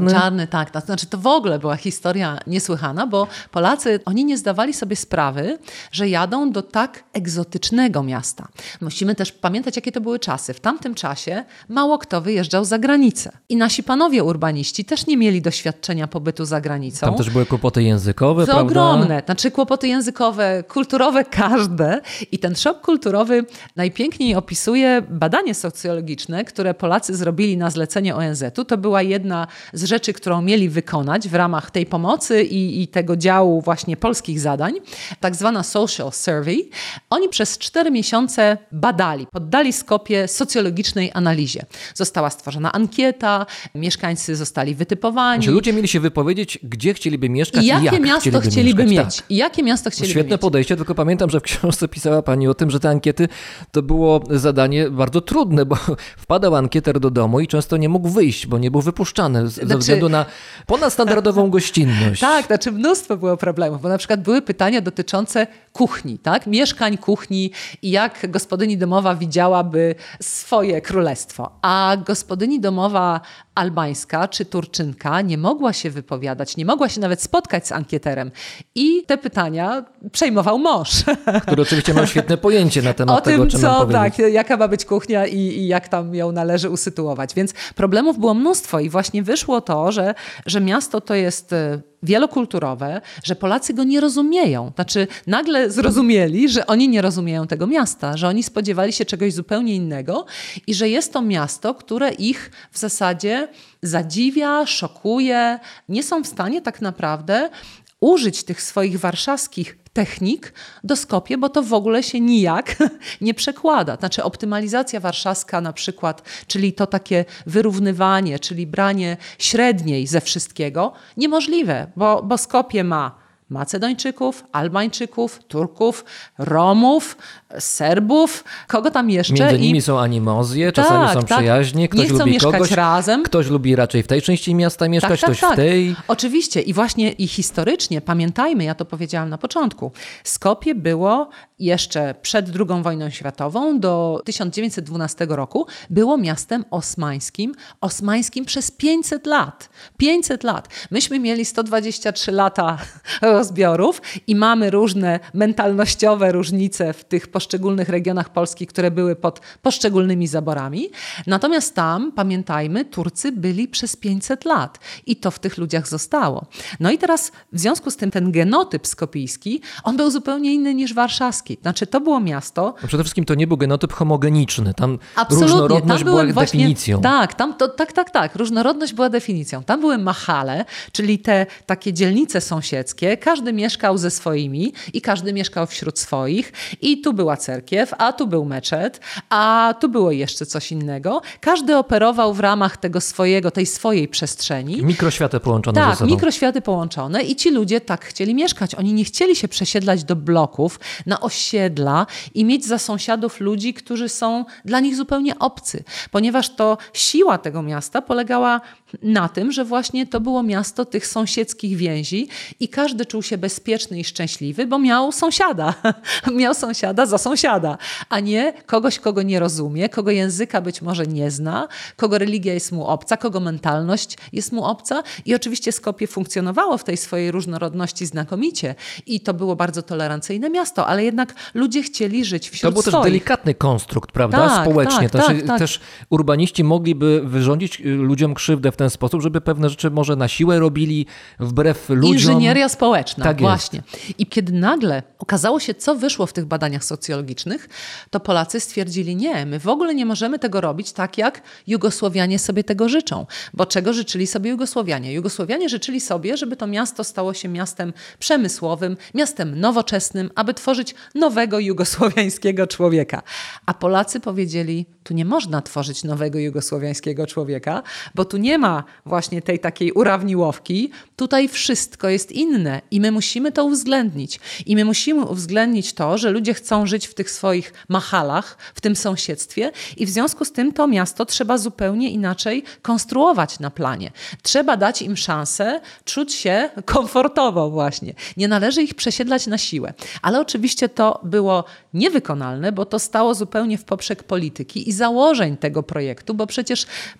czarny. Czarny, tak. To znaczy to w ogóle była historia niesłychana, bo Polacy, oni nie zdawali sobie sprawy, że jadą do tak egzotycznego miasta. Musimy też pamiętać, jakie to były czasy. W tamtym czasie mało kto wyjeżdżał za granicę. I nasi panowie urbaniści też nie mieli doświadczenia pobytu za granicą. Tam też były kłopoty językowe, to prawda? Ogromne. Znaczy kłopoty językowe, kulturowe, każde. I ten szok kulturowy najpiękniej opisuje badanie socjologiczne, które Polacy zrobili na zlecenie O N Z u. To była jedna z rzeczy, którą mieli wykonać w ramach tej pomocy i, i tego działu właśnie polskich zadań. Tak zwana social survey. Oni przez cztery miesiące badali, poddali Skopje socjologicznej analizie. Została stworzona ankieta, mieszkańcy zostali wytypowani. Że ludzie mieli się wypowiedzieć, gdzie chcieliby mieszkać I i jakie jak miasto chcieliby, chcieliby mieszkać. mieć. Tak. I jakie miasto chcieliby Świetne mieć. podejście, tylko pamiętam, że w książce pisała pani o tym, że te ankiety to było zadanie bardzo trudne, bo wpadał ankieter do domu i często nie mógł wyjść, bo nie był wypuszczany z, Znaczy... ze względu na ponadstandardową gościnność. Tak, znaczy mnóstwo było problemów, bo na przykład były pytania dotyczące kuchni, tak? Mieszkań, kuchni i jak gospodyni domowa widziałaby swoje królestwo. A gospodyni domowa albańska czy Turczynka nie mogła się wypowiadać, nie mogła się nawet spotkać z ankieterem. I te pytania przejmował mąż. Który oczywiście miał świetne pojęcie na temat o tego, tym, czym co, mam tak, powiedzieć. jaka ma być kuchnia i, i jak tam ją należy usytuować. Więc problemów było mnóstwo i właśnie wyszło to, że, że miasto to jest wielokulturowe, że Polacy go nie rozumieją. Znaczy nagle zrozumieli, że oni nie rozumieją tego miasta, że oni spodziewali się czegoś zupełnie innego i że jest to miasto, które ich w zasadzie zadziwia, szokuje. Nie są w stanie tak naprawdę użyć tych swoich warszawskich technik do Skopie, bo to w ogóle się nijak nie przekłada. Znaczy optymalizacja warszawska na przykład, czyli to takie wyrównywanie, czyli branie średniej ze wszystkiego, niemożliwe, bo, bo Skopie ma Macedończyków, Albańczyków, Turków, Romów, Serbów, kogo tam jeszcze. Między nimi I... są animozje, czasami tak, są tak. przyjaźnie, ktoś Nie chcą lubi mieszkać kogoś, razem. ktoś lubi raczej w tej części miasta mieszkać, Tak, tak, ktoś tak. w tej. Oczywiście i właśnie i historycznie, pamiętajmy, ja to powiedziałam na początku, Skopje było jeszcze przed drugą wojną światową do tysiąc dziewięćset dwunastego roku, było miastem osmańskim, osmańskim przez pięćset lat. pięćset lat. Myśmy mieli sto dwadzieścia trzy lata rozbiorów i mamy różne mentalnościowe różnice w tych poszczególnych regionach Polski, które były pod poszczególnymi zaborami. Natomiast tam, pamiętajmy, Turcy byli przez pięćset lat i to w tych ludziach zostało. No i teraz w związku z tym ten genotyp skopijski, on był zupełnie inny niż warszawski. Znaczy to było miasto... No przede wszystkim to nie był genotyp homogeniczny. Tam Absolutnie. różnorodność tam była były właśnie, definicją. Tak, tam to, tak, tak, tak. Różnorodność była definicją. Tam były mahale, czyli te takie dzielnice sąsiedzkie. Każdy mieszkał ze swoimi i każdy mieszkał wśród swoich. I tu była cerkiew, a tu był meczet, a tu było jeszcze coś innego. Każdy operował w ramach tego swojego, tej swojej przestrzeni. Mikroświaty połączone Tak, ze sobą. mikroświaty połączone i ci ludzie tak chcieli mieszkać. Oni nie chcieli się przesiedlać do bloków, na osiedla i mieć za sąsiadów ludzi, którzy są dla nich zupełnie obcy. Ponieważ to siła tego miasta polegała na tym, że właśnie to było miasto tych sąsiedzkich więzi i każdy czuł się bezpieczny i szczęśliwy, bo miał sąsiada. miał sąsiada za sąsiada, a nie kogoś, kogo nie rozumie, kogo języka być może nie zna, kogo religia jest mu obca, kogo mentalność jest mu obca. I oczywiście Skopje funkcjonowało w tej swojej różnorodności znakomicie i to było bardzo tolerancyjne miasto, ale jednak ludzie chcieli żyć wśród To był swoich. też delikatny konstrukt, prawda? Tak, Społecznie. tak, Też, tak, tak. też urbaniści mogliby wyrządzić ludziom krzywdę w ten sposób, żeby pewne rzeczy może na siłę robili wbrew ludziom. Inżynieria społeczna, Tak jest. właśnie. I kiedy nagle okazało się, co wyszło w tych badaniach socjologicznych, to Polacy stwierdzili, nie, my w ogóle nie możemy tego robić tak, jak Jugosłowianie sobie tego życzą. Bo czego życzyli sobie Jugosłowianie? Jugosłowianie życzyli sobie, żeby to miasto stało się miastem przemysłowym, miastem nowoczesnym, aby tworzyć nowego jugosłowiańskiego człowieka. A Polacy powiedzieli, tu nie można tworzyć nowego jugosłowiańskiego człowieka, bo tu nie ma właśnie tej takiej urawniłowki. Tutaj wszystko jest inne i my musimy to uwzględnić. I my musimy uwzględnić to, że ludzie chcą żyć w tych swoich machalach, w tym sąsiedztwie i w związku z tym to miasto trzeba zupełnie inaczej konstruować na planie. Trzeba dać im szansę czuć się komfortowo właśnie. Nie należy ich przesiedlać na siłę. Ale oczywiście to było niewykonalne, bo to stało zupełnie w poprzek polityki i założeń tego projektu, bo przecież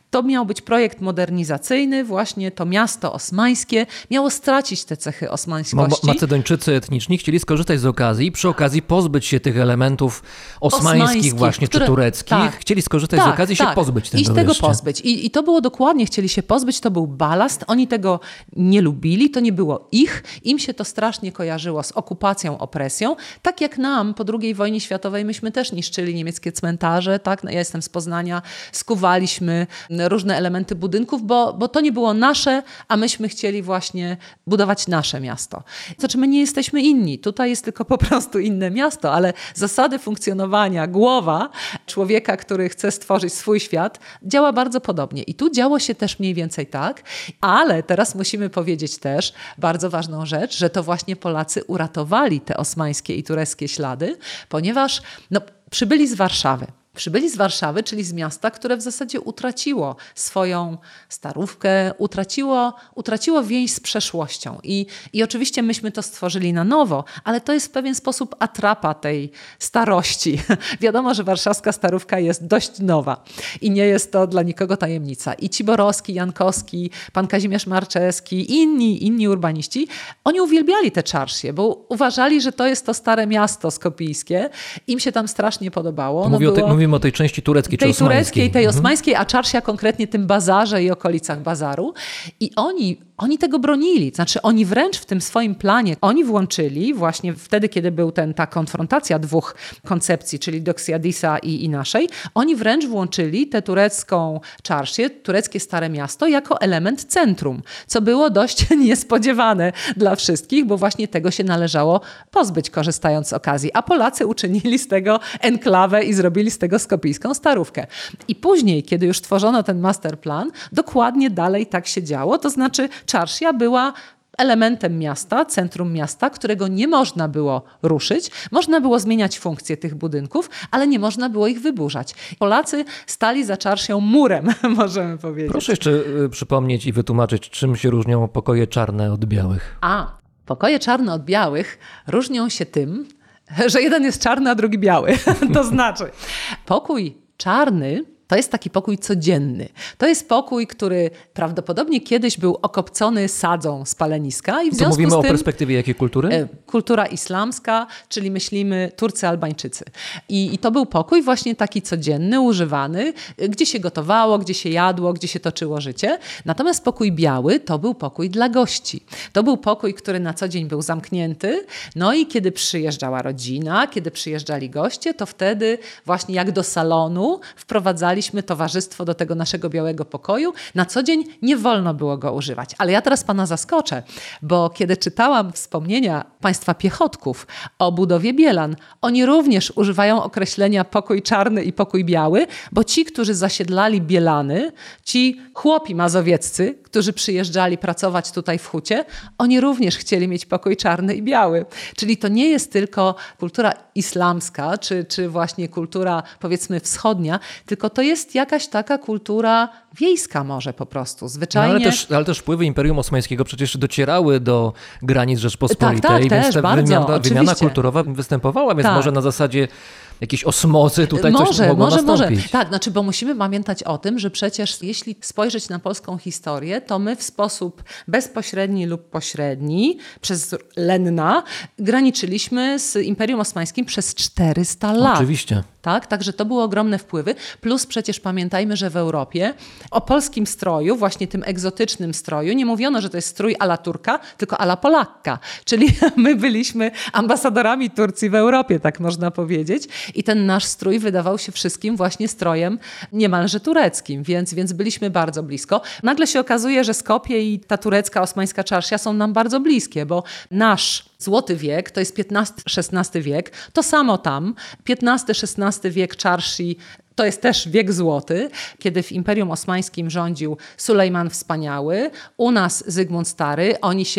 To miał być projekt modernizacyjny, właśnie to miasto osmańskie miało stracić te cechy osmańskości. Ma- Macedończycy etniczni chcieli skorzystać z okazji i przy okazji pozbyć się tych elementów osmańskich, osmańskich właśnie, które, czy tureckich. Tak, chcieli skorzystać tak, z okazji i tak, się pozbyć tego I z tego wreszcie. pozbyć. I, I to było dokładnie, chcieli się pozbyć, to był balast. Oni tego nie lubili, to nie było ich. Im się to strasznie kojarzyło z okupacją, opresją. Tak jak nam po drugiej wojnie światowej, myśmy też niszczyli niemieckie cmentarze. Tak? No, ja jestem z Poznania, skuwaliśmy różne elementy budynków, bo, bo to nie było nasze, a myśmy chcieli właśnie budować nasze miasto. Znaczy my nie jesteśmy inni. Tutaj jest tylko po prostu inne miasto, ale zasady funkcjonowania, głowa człowieka, który chce stworzyć swój świat, działa bardzo podobnie. I tu działo się też mniej więcej tak, ale teraz musimy powiedzieć też bardzo ważną rzecz, że to właśnie Polacy uratowali te osmańskie i tureckie ślady, ponieważ no, przybyli z Warszawy. Przybyli z Warszawy, czyli z miasta, które w zasadzie utraciło swoją starówkę, utraciło, utraciło więź z przeszłością. I, I oczywiście myśmy to stworzyli na nowo, ale to jest w pewien sposób atrapa tej starości. Wiadomo, że warszawska starówka jest dość nowa i nie jest to dla nikogo tajemnica. I ci Borowski, Jankowski, pan Kazimierz Marczewski, inni, inni urbaniści, oni uwielbiali te czarszje, bo uważali, że to jest to stare miasto skopijskie. Im się tam strasznie podobało. To mówię, było... o te, Mówimy o tej części tureckiej tej czy osmańskiej. tureckiej, tej osmańskiej, a czarsia konkretnie tym bazarze i okolicach bazaru. I oni, oni tego bronili. Znaczy oni wręcz w tym swoim planie, oni włączyli właśnie wtedy, kiedy był ten, ta konfrontacja dwóch koncepcji, czyli Doxiadisa i, i naszej, oni wręcz włączyli tę turecką czarsię, tureckie Stare Miasto jako element centrum, co było dość niespodziewane dla wszystkich, bo właśnie tego się należało pozbyć, korzystając z okazji. A Polacy uczynili z tego enklawę i zrobili z tego skopijską starówkę. I później, kiedy już tworzono ten masterplan, dokładnie dalej tak się działo, to znaczy czarsia była elementem miasta, centrum miasta, którego nie można było ruszyć. Można było zmieniać funkcje tych budynków, ale nie można było ich wyburzać. Polacy stali za czarsią murem, możemy powiedzieć. Proszę jeszcze y, przypomnieć i wytłumaczyć, czym się różnią pokoje czarne od białych. A, pokoje czarne od białych różnią się tym, że jeden jest czarny, a drugi biały. To znaczy, pokój czarny to jest taki pokój codzienny. To jest pokój, który prawdopodobnie kiedyś był okopcony sadzą z paleniska. I w to związku mówimy z tym, o perspektywie jakiej kultury? Kultura islamska, czyli myślimy Turcy, Albańczycy. I, I to był pokój właśnie taki codzienny, używany, gdzie się gotowało, gdzie się jadło, gdzie się toczyło życie. Natomiast pokój biały to był pokój dla gości. To był pokój, który na co dzień był zamknięty. No i kiedy przyjeżdżała rodzina, kiedy przyjeżdżali goście, to wtedy właśnie jak do salonu wprowadzali towarzystwo do tego naszego białego pokoju. Na co dzień nie wolno było go używać. Ale ja teraz pana zaskoczę, bo kiedy czytałam wspomnienia państwa piechotków o budowie Bielan, oni również używają określenia pokój czarny i pokój biały, bo ci, którzy zasiedlali Bielany, ci chłopi mazowieccy, którzy przyjeżdżali pracować tutaj w hucie, oni również chcieli mieć pokój czarny i biały. Czyli to nie jest tylko kultura islamska, czy, czy właśnie kultura powiedzmy wschodnia, tylko to jest jakaś taka kultura wiejska może po prostu, zwyczajnie. No ale, też, ale też wpływy Imperium Osmańskiego przecież docierały do granic Rzeczpospolitej, tak, tak, więc też, ta bardzo, wymiana, wymiana kulturowa występowała, więc tak. może na zasadzie jakiejś osmozy tutaj może, coś mogło może, nastąpić. Może. Tak, znaczy, bo musimy pamiętać o tym, że przecież jeśli spojrzeć na polską historię, to my w sposób bezpośredni lub pośredni, przez Lenna, graniczyliśmy z Imperium Osmańskim przez czterysta lat. Oczywiście. Tak, także to były ogromne wpływy. Plus przecież pamiętajmy, że w Europie o polskim stroju, właśnie tym egzotycznym stroju, nie mówiono, że to jest strój a la Turka, tylko a la Polakka. Czyli my byliśmy ambasadorami Turcji w Europie, tak można powiedzieć. I ten nasz strój wydawał się wszystkim właśnie strojem niemalże tureckim, więc, więc byliśmy bardzo blisko. Nagle się okazuje, że Skopje i ta turecka osmańska czarsia są nam bardzo bliskie, bo nasz Złoty wiek, to jest piętnasty szesnasty wiek, to samo tam, piętnasty szesnasty wiek czarsi, to jest też wiek złoty, kiedy w Imperium Osmańskim rządził Sulejman Wspaniały, u nas Zygmunt Stary, oni się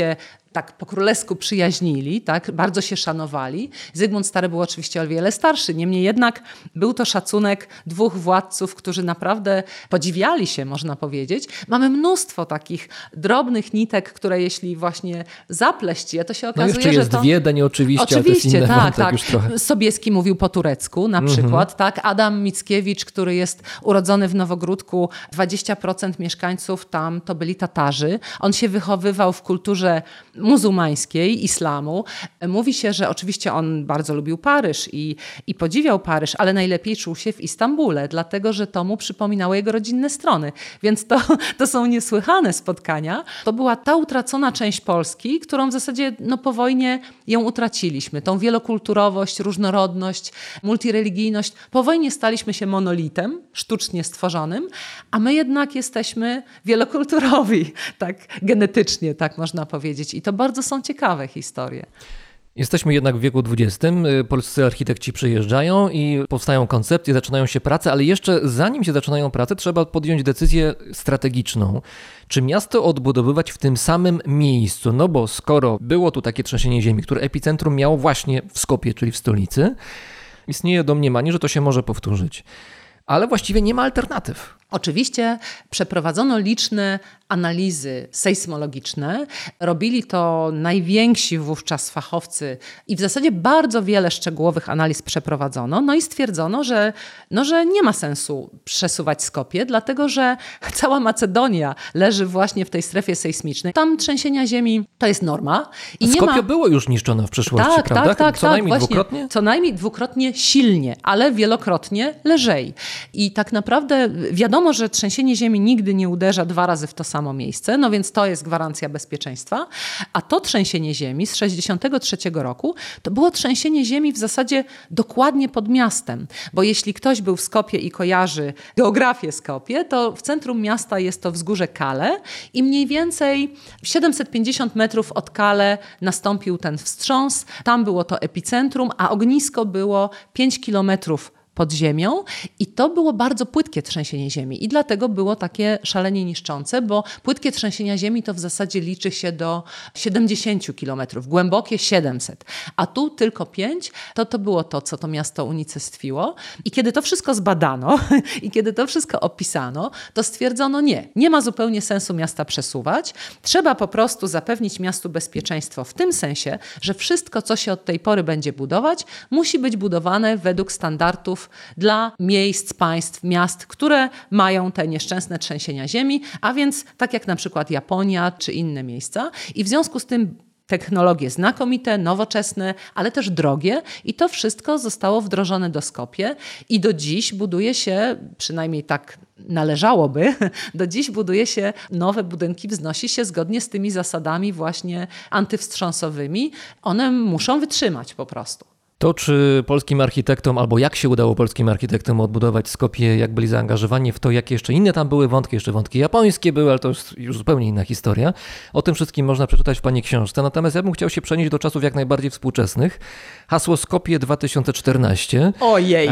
tak po królesku przyjaźnili, tak, bardzo się szanowali. Zygmunt Stary był oczywiście o wiele starszy, niemniej jednak był to szacunek dwóch władców, którzy naprawdę podziwiali się, można powiedzieć. Mamy mnóstwo takich drobnych nitek, które jeśli właśnie zapleść je, to się okazuje, no jeszcze jest że to... Wiedeń oczywiście, Oczywiście, ale to jest inny tak, wątek tak. już trochę. Sobieski mówił po turecku na przykład, tak. Adam Mickiewicz, który jest urodzony w Nowogródku, dwadzieścia procent mieszkańców tam to byli Tatarzy. On się wychowywał w kulturze muzułmańskiej, islamu. Mówi się, że oczywiście on bardzo lubił Paryż i, i podziwiał Paryż, ale najlepiej czuł się w Istambule, dlatego że to mu przypominało jego rodzinne strony. Więc to, to są niesłychane spotkania. To była ta utracona część Polski, którą w zasadzie no, po wojnie ją utraciliśmy. Tą wielokulturowość, różnorodność, multireligijność. Po wojnie staliśmy się monolitem, sztucznie stworzonym, a my jednak jesteśmy wielokulturowi, tak genetycznie, tak można powiedzieć. I to bardzo są ciekawe historie. Jesteśmy jednak w wieku dwudziestym, polscy architekci przyjeżdżają i powstają koncepcje, zaczynają się prace, ale jeszcze zanim się zaczynają prace, trzeba podjąć decyzję strategiczną. Czy miasto odbudowywać w tym samym miejscu? No bo skoro było tu takie trzęsienie ziemi, które epicentrum miało właśnie w Skopie, czyli w stolicy, istnieje domniemanie, że to się może powtórzyć. Ale właściwie nie ma alternatyw. Oczywiście przeprowadzono liczne analizy sejsmologiczne. Robili to najwięksi wówczas fachowcy i w zasadzie bardzo wiele szczegółowych analiz przeprowadzono. No i stwierdzono, że, no, że nie ma sensu przesuwać Skopie, dlatego że cała Macedonia leży właśnie w tej strefie sejsmicznej. Tam trzęsienia ziemi to jest norma. I nie Skopie ma... było już niszczone w przeszłości, tak, prawda? Tak, tak, co tak, najmniej właśnie. dwukrotnie? Co najmniej dwukrotnie silnie, ale wielokrotnie lżej. I tak naprawdę wiadomo, że trzęsienie ziemi nigdy nie uderza dwa razy w to samo miejsce, no więc to jest gwarancja bezpieczeństwa. A to trzęsienie ziemi z sześćdziesiątego trzeciego roku to było trzęsienie ziemi w zasadzie dokładnie pod miastem. Bo jeśli ktoś był w Skopie i kojarzy geografię Skopie, to w centrum miasta jest to wzgórze Kale i mniej więcej siedemset pięćdziesiąt metrów od Kale nastąpił ten wstrząs. Tam było to epicentrum, a ognisko było pięć kilometrów pod ziemią i to było bardzo płytkie trzęsienie ziemi i dlatego było takie szalenie niszczące, bo płytkie trzęsienia ziemi to w zasadzie liczy się do siedemdziesiąt kilometrów, głębokie siedemset, a tu tylko pięć, to to było to, co to miasto unicestwiło. I kiedy to wszystko zbadano i kiedy to wszystko opisano, to stwierdzono nie, nie ma zupełnie sensu miasta przesuwać, trzeba po prostu zapewnić miastu bezpieczeństwo w tym sensie, że wszystko, co się od tej pory będzie budować, musi być budowane według standardów dla miejsc, państw, miast, które mają te nieszczęsne trzęsienia ziemi, a więc tak jak na przykład Japonia czy inne miejsca. I w związku z tym technologie znakomite, nowoczesne, ale też drogie i to wszystko zostało wdrożone do Skopie i do dziś buduje się, przynajmniej tak należałoby, do dziś buduje się nowe budynki, wznosi się zgodnie z tymi zasadami właśnie antywstrząsowymi. One muszą wytrzymać po prostu. To, czy polskim architektom, albo jak się udało polskim architektom odbudować Skopie, jak byli zaangażowani w to, jakie jeszcze inne tam były wątki, jeszcze wątki japońskie były, ale to jest już zupełnie inna historia. O tym wszystkim można przeczytać w Pani książce. Natomiast ja bym chciał się przenieść do czasów jak najbardziej współczesnych. Hasło Skopie dwa tysiące czternaście. Ojej!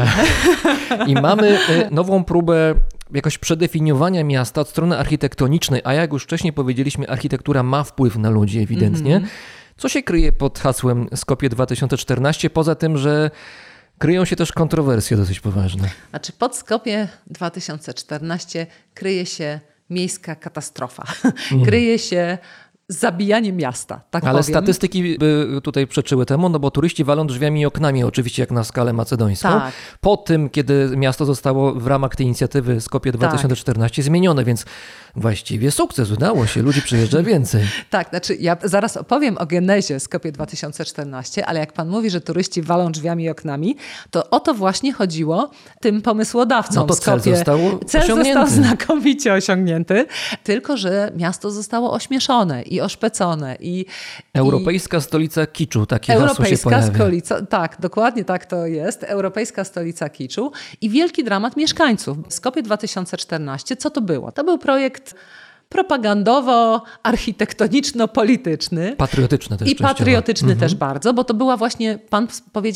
I mamy nową próbę jakoś przedefiniowania miasta od strony architektonicznej, a jak już wcześniej powiedzieliśmy, architektura ma wpływ na ludzi ewidentnie. Mm-hmm. Co się kryje pod hasłem Skopie dwa tysiące czternaście, poza tym, że kryją się też kontrowersje dosyć poważne? Znaczy pod Skopie dwa tysiące czternaście kryje się miejska katastrofa. Mm. Kryje się zabijanie miasta, tak Ale powiem. statystyki by tutaj przeczyły temu, no bo turyści walą drzwiami i oknami, oczywiście jak na skalę macedońską. Tak. Po tym, kiedy miasto zostało w ramach tej inicjatywy Skopie dwa tysiące czternaście tak. zmienione, więc właściwie sukces, udało się, ludzi przyjeżdża więcej. Tak, znaczy ja zaraz opowiem o genezie Skopie dwa tysiące czternaście, ale jak pan mówi, że turyści walą drzwiami i oknami, to o to właśnie chodziło tym pomysłodawcom. No to cel Skopie. został Cel osiągnięty. został znakomicie osiągnięty, tylko że miasto zostało ośmieszone i oszpecone. I, Europejska i... stolica kiczu, takie hasło się Europejska pojawia. stolica, tak, dokładnie tak to jest. Europejska stolica kiczu i wielki dramat mieszkańców. Skopie dwa tysiące czternaście, co to było? To był projekt propagandowo-architektoniczno-polityczny. Patriotyczny też. I patriotyczny mhm. też bardzo, bo to była właśnie, pan powiedział,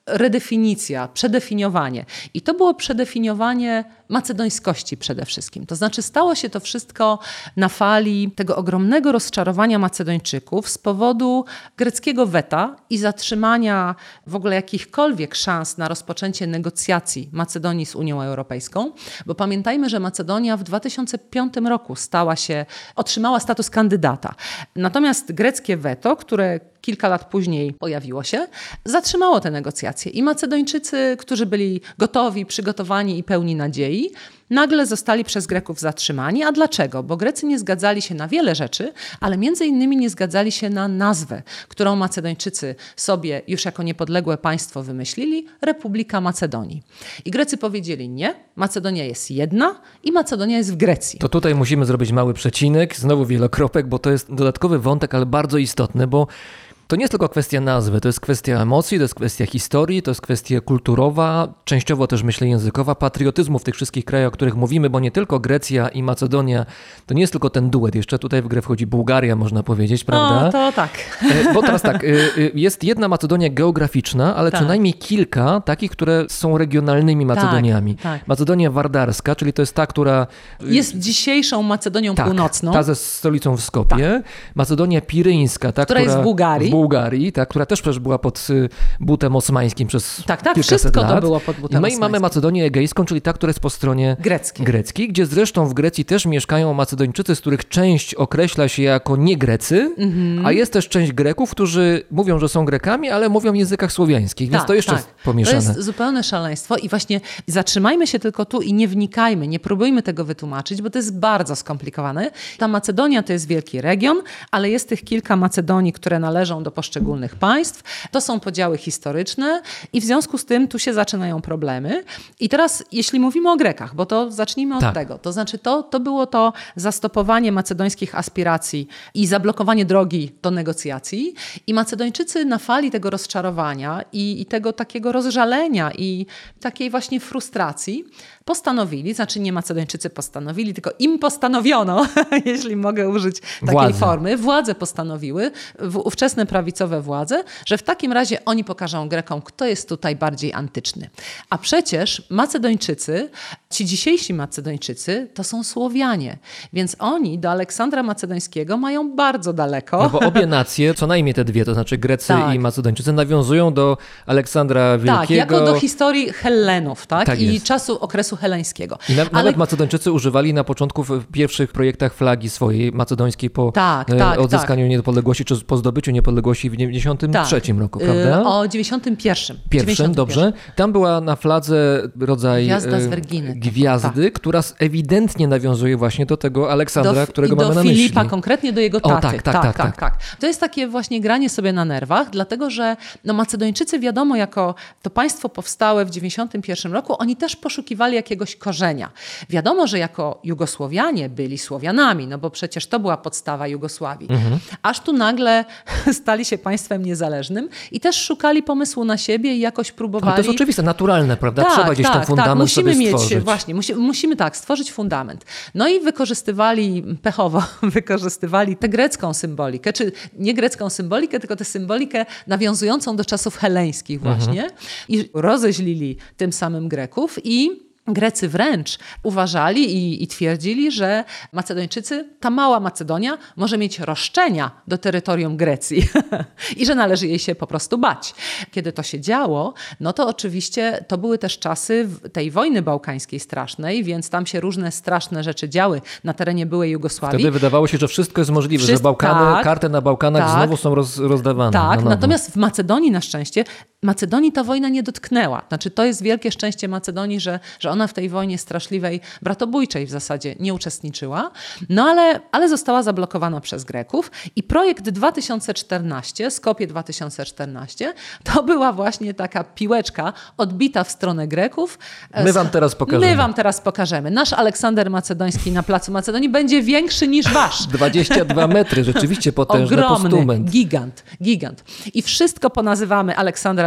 redefinicja, przedefiniowanie. I to było przedefiniowanie macedońskości przede wszystkim. To znaczy stało się to wszystko na fali tego ogromnego rozczarowania Macedończyków z powodu greckiego weta i zatrzymania w ogóle jakichkolwiek szans na rozpoczęcie negocjacji Macedonii z Unią Europejską, bo pamiętajmy, że Macedonia w dwa tysiące piątym roku stała się, otrzymała status kandydata. Natomiast greckie weto, które kilka lat później pojawiło się, zatrzymało te negocjacje i Macedończycy, którzy byli gotowi, przygotowani i pełni nadziei, nagle zostali przez Greków zatrzymani. A dlaczego? Bo Grecy nie zgadzali się na wiele rzeczy, ale między innymi nie zgadzali się na nazwę, którą Macedończycy sobie już jako niepodległe państwo wymyślili, Republika Macedonii. I Grecy powiedzieli nie, Macedonia jest jedna i Macedonia jest w Grecji. To tutaj musimy zrobić mały przecinek, znowu wielokropek, bo to jest dodatkowy wątek, ale bardzo istotny, bo to nie jest tylko kwestia nazwy, to jest kwestia emocji, to jest kwestia historii, to jest kwestia kulturowa, częściowo też myślę językowa, patriotyzmu w tych wszystkich krajach, o których mówimy, bo nie tylko Grecja i Macedonia, to nie jest tylko ten duet, jeszcze tutaj w grę wchodzi Bułgaria, można powiedzieć, prawda? No, to tak. Bo teraz tak, jest jedna Macedonia geograficzna, ale tak. co najmniej kilka takich, które są regionalnymi Macedoniami. Tak, tak. Macedonia Wardarska, czyli to jest ta, która... Jest dzisiejszą Macedonią tak, Północną. ta ze stolicą w Skopie. Tak. Macedonia Piryńska, ta, która, która jest w Bułgarii. W Bułgarii, ta, która też przecież była pod butem osmańskim przez tak, tak, kilkaset wszystko lat. to było pod butem I my osmańskim. mamy Macedonię Egejską, czyli ta, która jest po stronie greckiej. greckiej, gdzie zresztą w Grecji też mieszkają Macedończycy, z których część określa się jako nie Grecy, mm-hmm. a jest też część Greków, którzy mówią, że są Grekami, ale mówią w językach słowiańskich, więc tak, to jeszcze tak. jest pomieszane. To jest zupełne szaleństwo i właśnie zatrzymajmy się tylko tu i nie wnikajmy, nie próbujmy tego wytłumaczyć, bo to jest bardzo skomplikowane. Ta Macedonia to jest wielki region, ale jest tych kilka Macedonii, które należą do poszczególnych państw. To są podziały historyczne i w związku z tym tu się zaczynają problemy. I teraz, jeśli mówimy o Grekach, bo to zacznijmy od tak. tego, to znaczy to, to było to zastopowanie macedońskich aspiracji i zablokowanie drogi do negocjacji i Macedończycy na fali tego rozczarowania i, i tego takiego rozżalenia i takiej właśnie frustracji postanowili, znaczy nie Macedończycy postanowili, tylko im postanowiono, jeśli mogę użyć takiej władze. formy, władze postanowiły, ówczesne prawicowe władze, że w takim razie oni pokażą Grekom, kto jest tutaj bardziej antyczny. A przecież Macedończycy, ci dzisiejsi Macedończycy, to są Słowianie, więc oni do Aleksandra Macedońskiego mają bardzo daleko. No bo obie nacje, co najmniej te dwie, to znaczy Grecy tak. i Macedończycy, nawiązują do Aleksandra Wielkiego. Tak, jako do historii Hellenów, tak? tak I jest. czasu okresu heleńskiego. I na, Ale... nawet Macedończycy używali na początku w pierwszych projektach flagi swojej macedońskiej po tak, e, tak, odzyskaniu tak. niepodległości, czy po zdobyciu niepodległości w dziewięćdziesiątym trzecim tak. roku, prawda? O dziewięćdziesiątym pierwszym. Pierwszym, dobrze. Tam była na fladze rodzaj Gwiazda z e, Werginy. gwiazdy, tak. która ewidentnie nawiązuje właśnie do tego Aleksandra, do, którego i do mamy na myśli. Filipa, konkretnie do jego taty. O, tak, tak, tak, tak, tak. To jest takie właśnie granie sobie na nerwach, dlatego że no, Macedończycy, wiadomo, jako to państwo powstałe w dziewięćdziesiątym pierwszym roku, oni też poszukiwali jakiegoś korzenia. Wiadomo, że jako Jugosłowianie byli Słowianami, no bo przecież to była podstawa Jugosławii. Mhm. Aż tu nagle stali się państwem niezależnym i też szukali pomysłu na siebie i jakoś próbowali... Ale to jest oczywiste, naturalne, prawda? Tak, Trzeba gdzieś tak, ten fundament tak. Musimy sobie mieć, stworzyć. Właśnie, musi, musimy tak, stworzyć fundament. No i wykorzystywali, pechowo wykorzystywali tę grecką symbolikę, czy nie grecką symbolikę, tylko tę symbolikę nawiązującą do czasów heleńskich właśnie mhm. i rozeźlili tym samym Greków i Grecy wręcz uważali i, i twierdzili, że Macedończycy, ta mała Macedonia może mieć roszczenia do terytorium Grecji i że należy jej się po prostu bać. Kiedy to się działo, no to oczywiście to były też czasy tej wojny bałkańskiej strasznej, więc tam się różne straszne rzeczy działy na terenie byłej Jugosławii. Wtedy wydawało się, że wszystko jest możliwe, Wszystko, że Bałkany, tak, karty na Bałkanach tak, znowu są roz, rozdawane. Tak, na natomiast w Macedonii na szczęście, Macedonii ta wojna nie dotknęła. Znaczy to jest wielkie szczęście Macedonii, że, że ona w tej wojnie straszliwej, bratobójczej w zasadzie nie uczestniczyła, no ale, ale została zablokowana przez Greków i projekt dwa tysiące czternasty, Skopie dwa tysiące czternaście, to była właśnie taka piłeczka odbita w stronę Greków. My wam teraz pokażemy. My wam teraz pokażemy. Nasz Aleksander Macedoński na placu Macedonii będzie większy niż wasz. dwadzieścia dwa metry, rzeczywiście potężny Ogromny, postument. gigant, gigant. I wszystko ponazywamy Aleksandra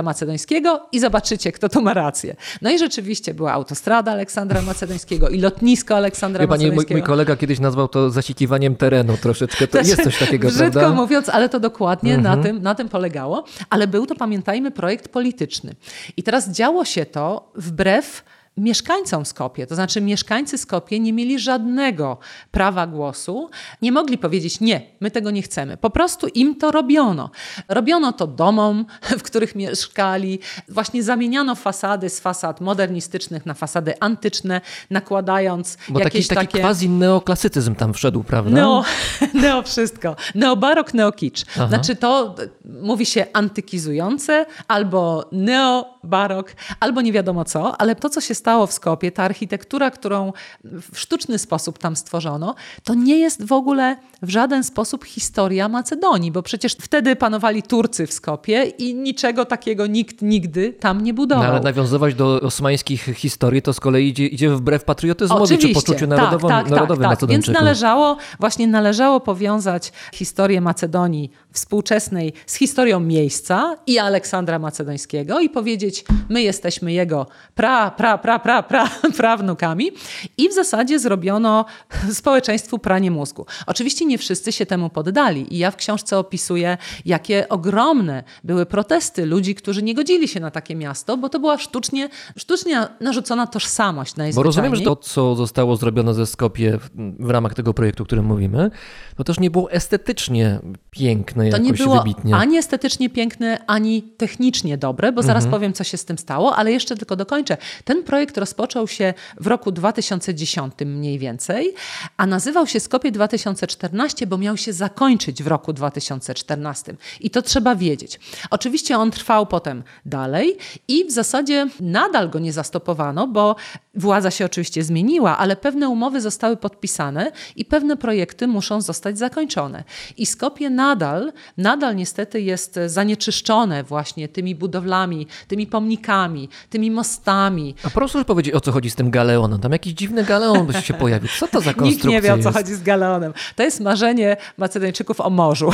Macedońskiego i zobaczycie, kto tu ma rację. No i rzeczywiście była autostrada Aleksandra Macedońskiego i lotnisko Aleksandra Wie pani, mój, Macedońskiego. mój kolega kiedyś nazwał to zasikiwaniem terenu troszeczkę. To Znaczy, jest coś takiego, brzydko prawda? mówiąc, ale to dokładnie Mhm. na, tym, na tym polegało. Ale był to, pamiętajmy, projekt polityczny. I teraz działo się to wbrew mieszkańcom Skopie. To znaczy mieszkańcy Skopie nie mieli żadnego prawa głosu. Nie mogli powiedzieć nie, my tego nie chcemy. Po prostu im to robiono. Robiono to domom, w których mieszkali. Właśnie zamieniano fasady z fasad modernistycznych na fasady antyczne, nakładając Bo jakieś taki, taki takie... quasi-neoklasycyzm tam wszedł, prawda? Neo, neo wszystko. Neobarok, neokicz. Aha. Znaczy to mówi się antykizujące, albo neobarok, albo nie wiadomo co, ale to, co się stało w Skopie, ta architektura, którą w sztuczny sposób tam stworzono, to nie jest w ogóle w żaden sposób historia Macedonii, bo przecież wtedy panowali Turcy w Skopie i niczego takiego nikt nigdy tam nie budował. No, ale nawiązywać do osmańskich historii to z kolei idzie, idzie wbrew patriotyzmowi Oczywiście, czy poczuciu tak, narodowym, tak, narodowym tak, tak. Więc Macedończyków. należało, właśnie należało powiązać historię Macedonii współczesnej z historią miejsca i Aleksandra Macedońskiego i powiedzieć, my jesteśmy jego pra, pra, pra, pra, pra, prawnukami i w zasadzie zrobiono społeczeństwu pranie mózgu. Oczywiście nie wszyscy się temu poddali i ja w książce opisuję, jakie ogromne były protesty ludzi, którzy nie godzili się na takie miasto, bo to była sztucznie, sztucznie narzucona tożsamość Bo najzwyczajniej. rozumiem, że to, co zostało zrobione ze Skopie w, w ramach tego projektu, o którym mówimy, to też nie było estetycznie piękne To jakoś nie było wybitnie. ani estetycznie piękne, ani technicznie dobre, bo zaraz Mhm. powiem, co się z tym stało, ale jeszcze tylko dokończę. Ten projekt rozpoczął się w roku dwa tysiące dziesiątym mniej więcej, a nazywał się Skopie dwa tysiące czternaście, bo miał się zakończyć w roku dwa tysiące czternastym. I to trzeba wiedzieć. Oczywiście on trwał potem dalej i w zasadzie nadal go nie zastopowano, bo władza się oczywiście zmieniła, ale pewne umowy zostały podpisane i pewne projekty muszą zostać zakończone. I Skopie nadal, nadal niestety jest zanieczyszczone właśnie tymi budowlami, tymi pomnikami, tymi mostami. A proszę powiedzieć, o co chodzi z tym galeonem. Tam jakiś dziwny galeon by się pojawił. Co to za konstrukcja Nikt nie wie, o co jest? chodzi z galeonem. To jest marzenie Macedończyków o morzu.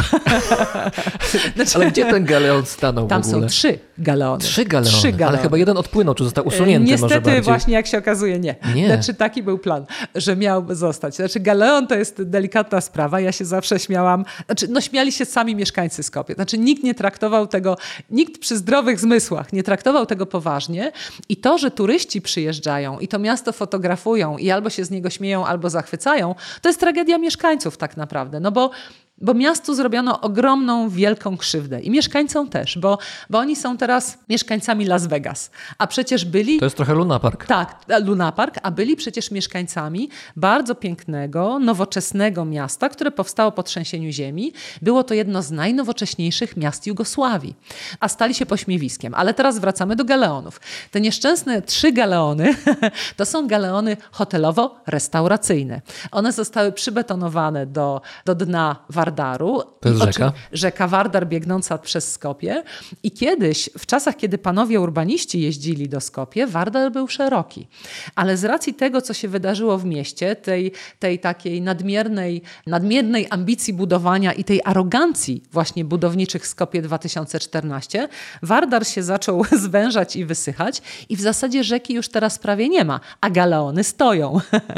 Znaczy, Ale gdzie ten galeon stanął tam w ogóle? są trzy galeony. Trzy galeony. Trzy galeony. Ale chyba jeden odpłynął, czy został usunięty może Niestety bardziej. właśnie, jak się okazuje, nie. Nie. Znaczy taki był plan, że miał zostać. Znaczy galeon to jest delikatna sprawa. Ja się zawsze śmiałam. Znaczy, no śmiali się sami mieszkańcy Skopie. Znaczy nikt nie traktował tego, nikt przy zdrowych zmysłach nie traktował tego poważnie i to, że turyści przyjeżdżają i to miasto fotografują i albo się z niego śmieją, albo zachwycają, to jest tragedia mieszkańców tak naprawdę. No bo Bo miastu zrobiono ogromną, wielką krzywdę. I mieszkańcom też, bo, bo oni są teraz mieszkańcami Las Vegas. A przecież byli... To jest trochę Luna Park. Tak, Luna Park, a byli przecież mieszkańcami bardzo pięknego, nowoczesnego miasta, które powstało po trzęsieniu ziemi. Było to jedno z najnowocześniejszych miast Jugosławii. A stali się pośmiewiskiem. Ale teraz wracamy do galeonów. Te nieszczęsne trzy galeony to są galeony hotelowo-restauracyjne. One zostały przybetonowane do, do dna Wardaru. To jest I rzeka? oczy- Rzeka Wardar biegnąca przez Skopie. I kiedyś, w czasach, kiedy panowie urbaniści jeździli do Skopie, Wardar był szeroki. Ale z racji tego, co się wydarzyło w mieście, tej, tej takiej nadmiernej, nadmiernej ambicji budowania i tej arogancji właśnie budowniczych Skopie dwa tysiące czternaście, Wardar się zaczął zwężać i wysychać i w zasadzie rzeki już teraz prawie nie ma, a galeony stoją.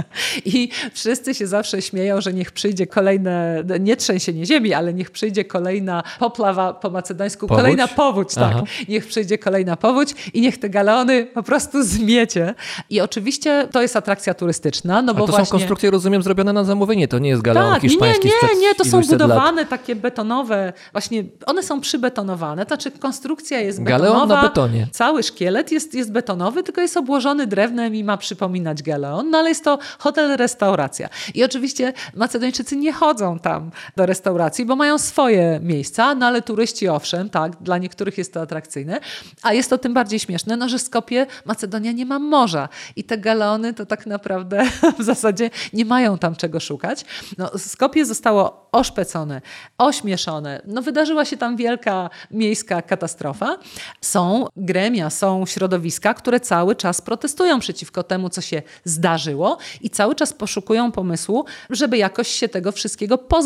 I wszyscy się zawsze śmieją, że niech przyjdzie kolejne, nie trzęsienie ziemi, ale niech przyjdzie kolejna poplawa po macedońsku, Powódź? kolejna powódź, tak. Aha. Niech przyjdzie kolejna powódź i niech te galeony po prostu zmiecie. I oczywiście to jest atrakcja turystyczna, no A bo to właśnie... są konstrukcje, rozumiem, zrobione na zamówienie. To nie jest galeon Tak, nie, hiszpański nie, sprzed nie, to są iluś set lat. budowane takie betonowe, właśnie one są przybetonowane, to znaczy konstrukcja jest Galeon betonowa. na betonie. Cały szkielet jest, jest betonowy, tylko jest obłożony drewnem i ma przypominać galeon, no ale jest to hotel, restauracja. I oczywiście Macedończycy nie chodzą tam do restauracji, bo mają swoje miejsca, no ale turyści owszem, tak, dla niektórych jest to atrakcyjne, a jest to tym bardziej śmieszne, no że Skopie, Macedonia nie ma morza i te galeony to tak naprawdę w zasadzie nie mają tam czego szukać. No, Skopie zostało oszpecone, ośmieszone, no wydarzyła się tam wielka miejska katastrofa. Są gremia, są środowiska, które cały czas protestują przeciwko temu, co się zdarzyło i cały czas poszukują pomysłu, żeby jakoś się tego wszystkiego pozbyć i stać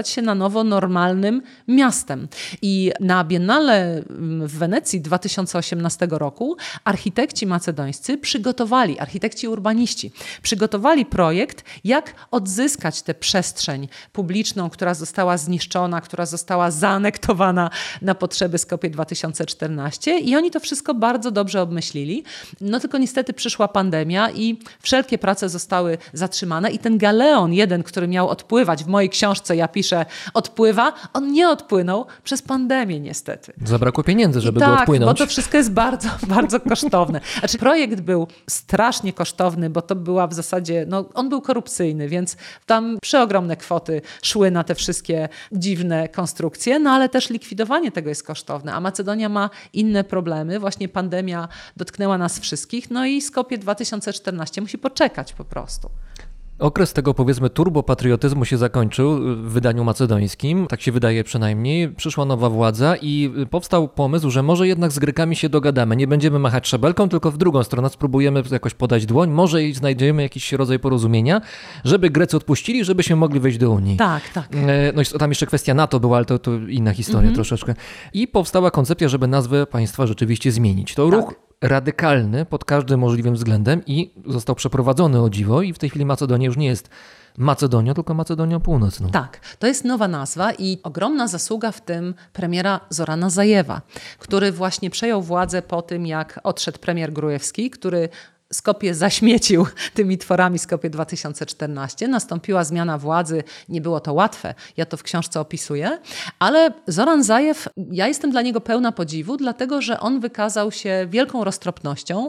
stać się na nowo normalnym miastem. I na Biennale w Wenecji dwa tysiące osiemnastego roku architekci macedońscy przygotowali, architekci urbaniści, przygotowali projekt, jak odzyskać tę przestrzeń publiczną, która została zniszczona, która została zaanektowana na potrzeby Skopje dwa tysiące czternaście i oni to wszystko bardzo dobrze obmyślili. No tylko niestety przyszła pandemia i wszelkie prace zostały zatrzymane i ten galeon jeden, który miał odpływać, w mojej książce ja piszę odpływa, on nie odpłynął przez pandemię niestety. Zabrakło pieniędzy, żeby I go tak, odpłynąć. bo to wszystko jest bardzo, bardzo kosztowne. Znaczy projekt był strasznie kosztowny, bo to była w zasadzie, no on był korupcyjny, więc tam przeogromne kwoty szły na te wszystkie dziwne konstrukcje, no ale też likwidowanie tego jest kosztowne, a Macedonia ma inne problemy. Właśnie pandemia dotknęła nas wszystkich, no i Skopje dwa tysiące czternaście musi poczekać po prostu. Okres tego, powiedzmy, turbopatriotyzmu się zakończył w wydaniu macedońskim, tak się wydaje przynajmniej. Przyszła nowa władza i powstał pomysł, że może jednak z Grekami się dogadamy. Nie będziemy machać szabelką, tylko w drugą stronę spróbujemy jakoś podać dłoń, może i znajdziemy jakiś rodzaj porozumienia, żeby Grecy odpuścili, żebyśmy mogli wejść do Unii. Tak, tak. No i tam jeszcze kwestia NATO była, ale to, to inna historia mhm. troszeczkę. I powstała koncepcja, żeby nazwę państwa rzeczywiście zmienić. To tak. ruch radykalny pod każdym możliwym względem i został przeprowadzony, o dziwo, i w tej chwili Macedonia już nie jest Macedonią, tylko Macedonią Północną. Tak, to jest nowa nazwa i ogromna zasługa w tym premiera Zorana Zajewa, który właśnie przejął władzę po tym, jak odszedł premier Grujewski, który Skopje zaśmiecił tymi tworami Skopje dwa tysiące czternaście. Nastąpiła zmiana władzy, nie było to łatwe, ja to w książce opisuję, ale Zoran Zajew, ja jestem dla niego pełna podziwu, dlatego że on wykazał się wielką roztropnością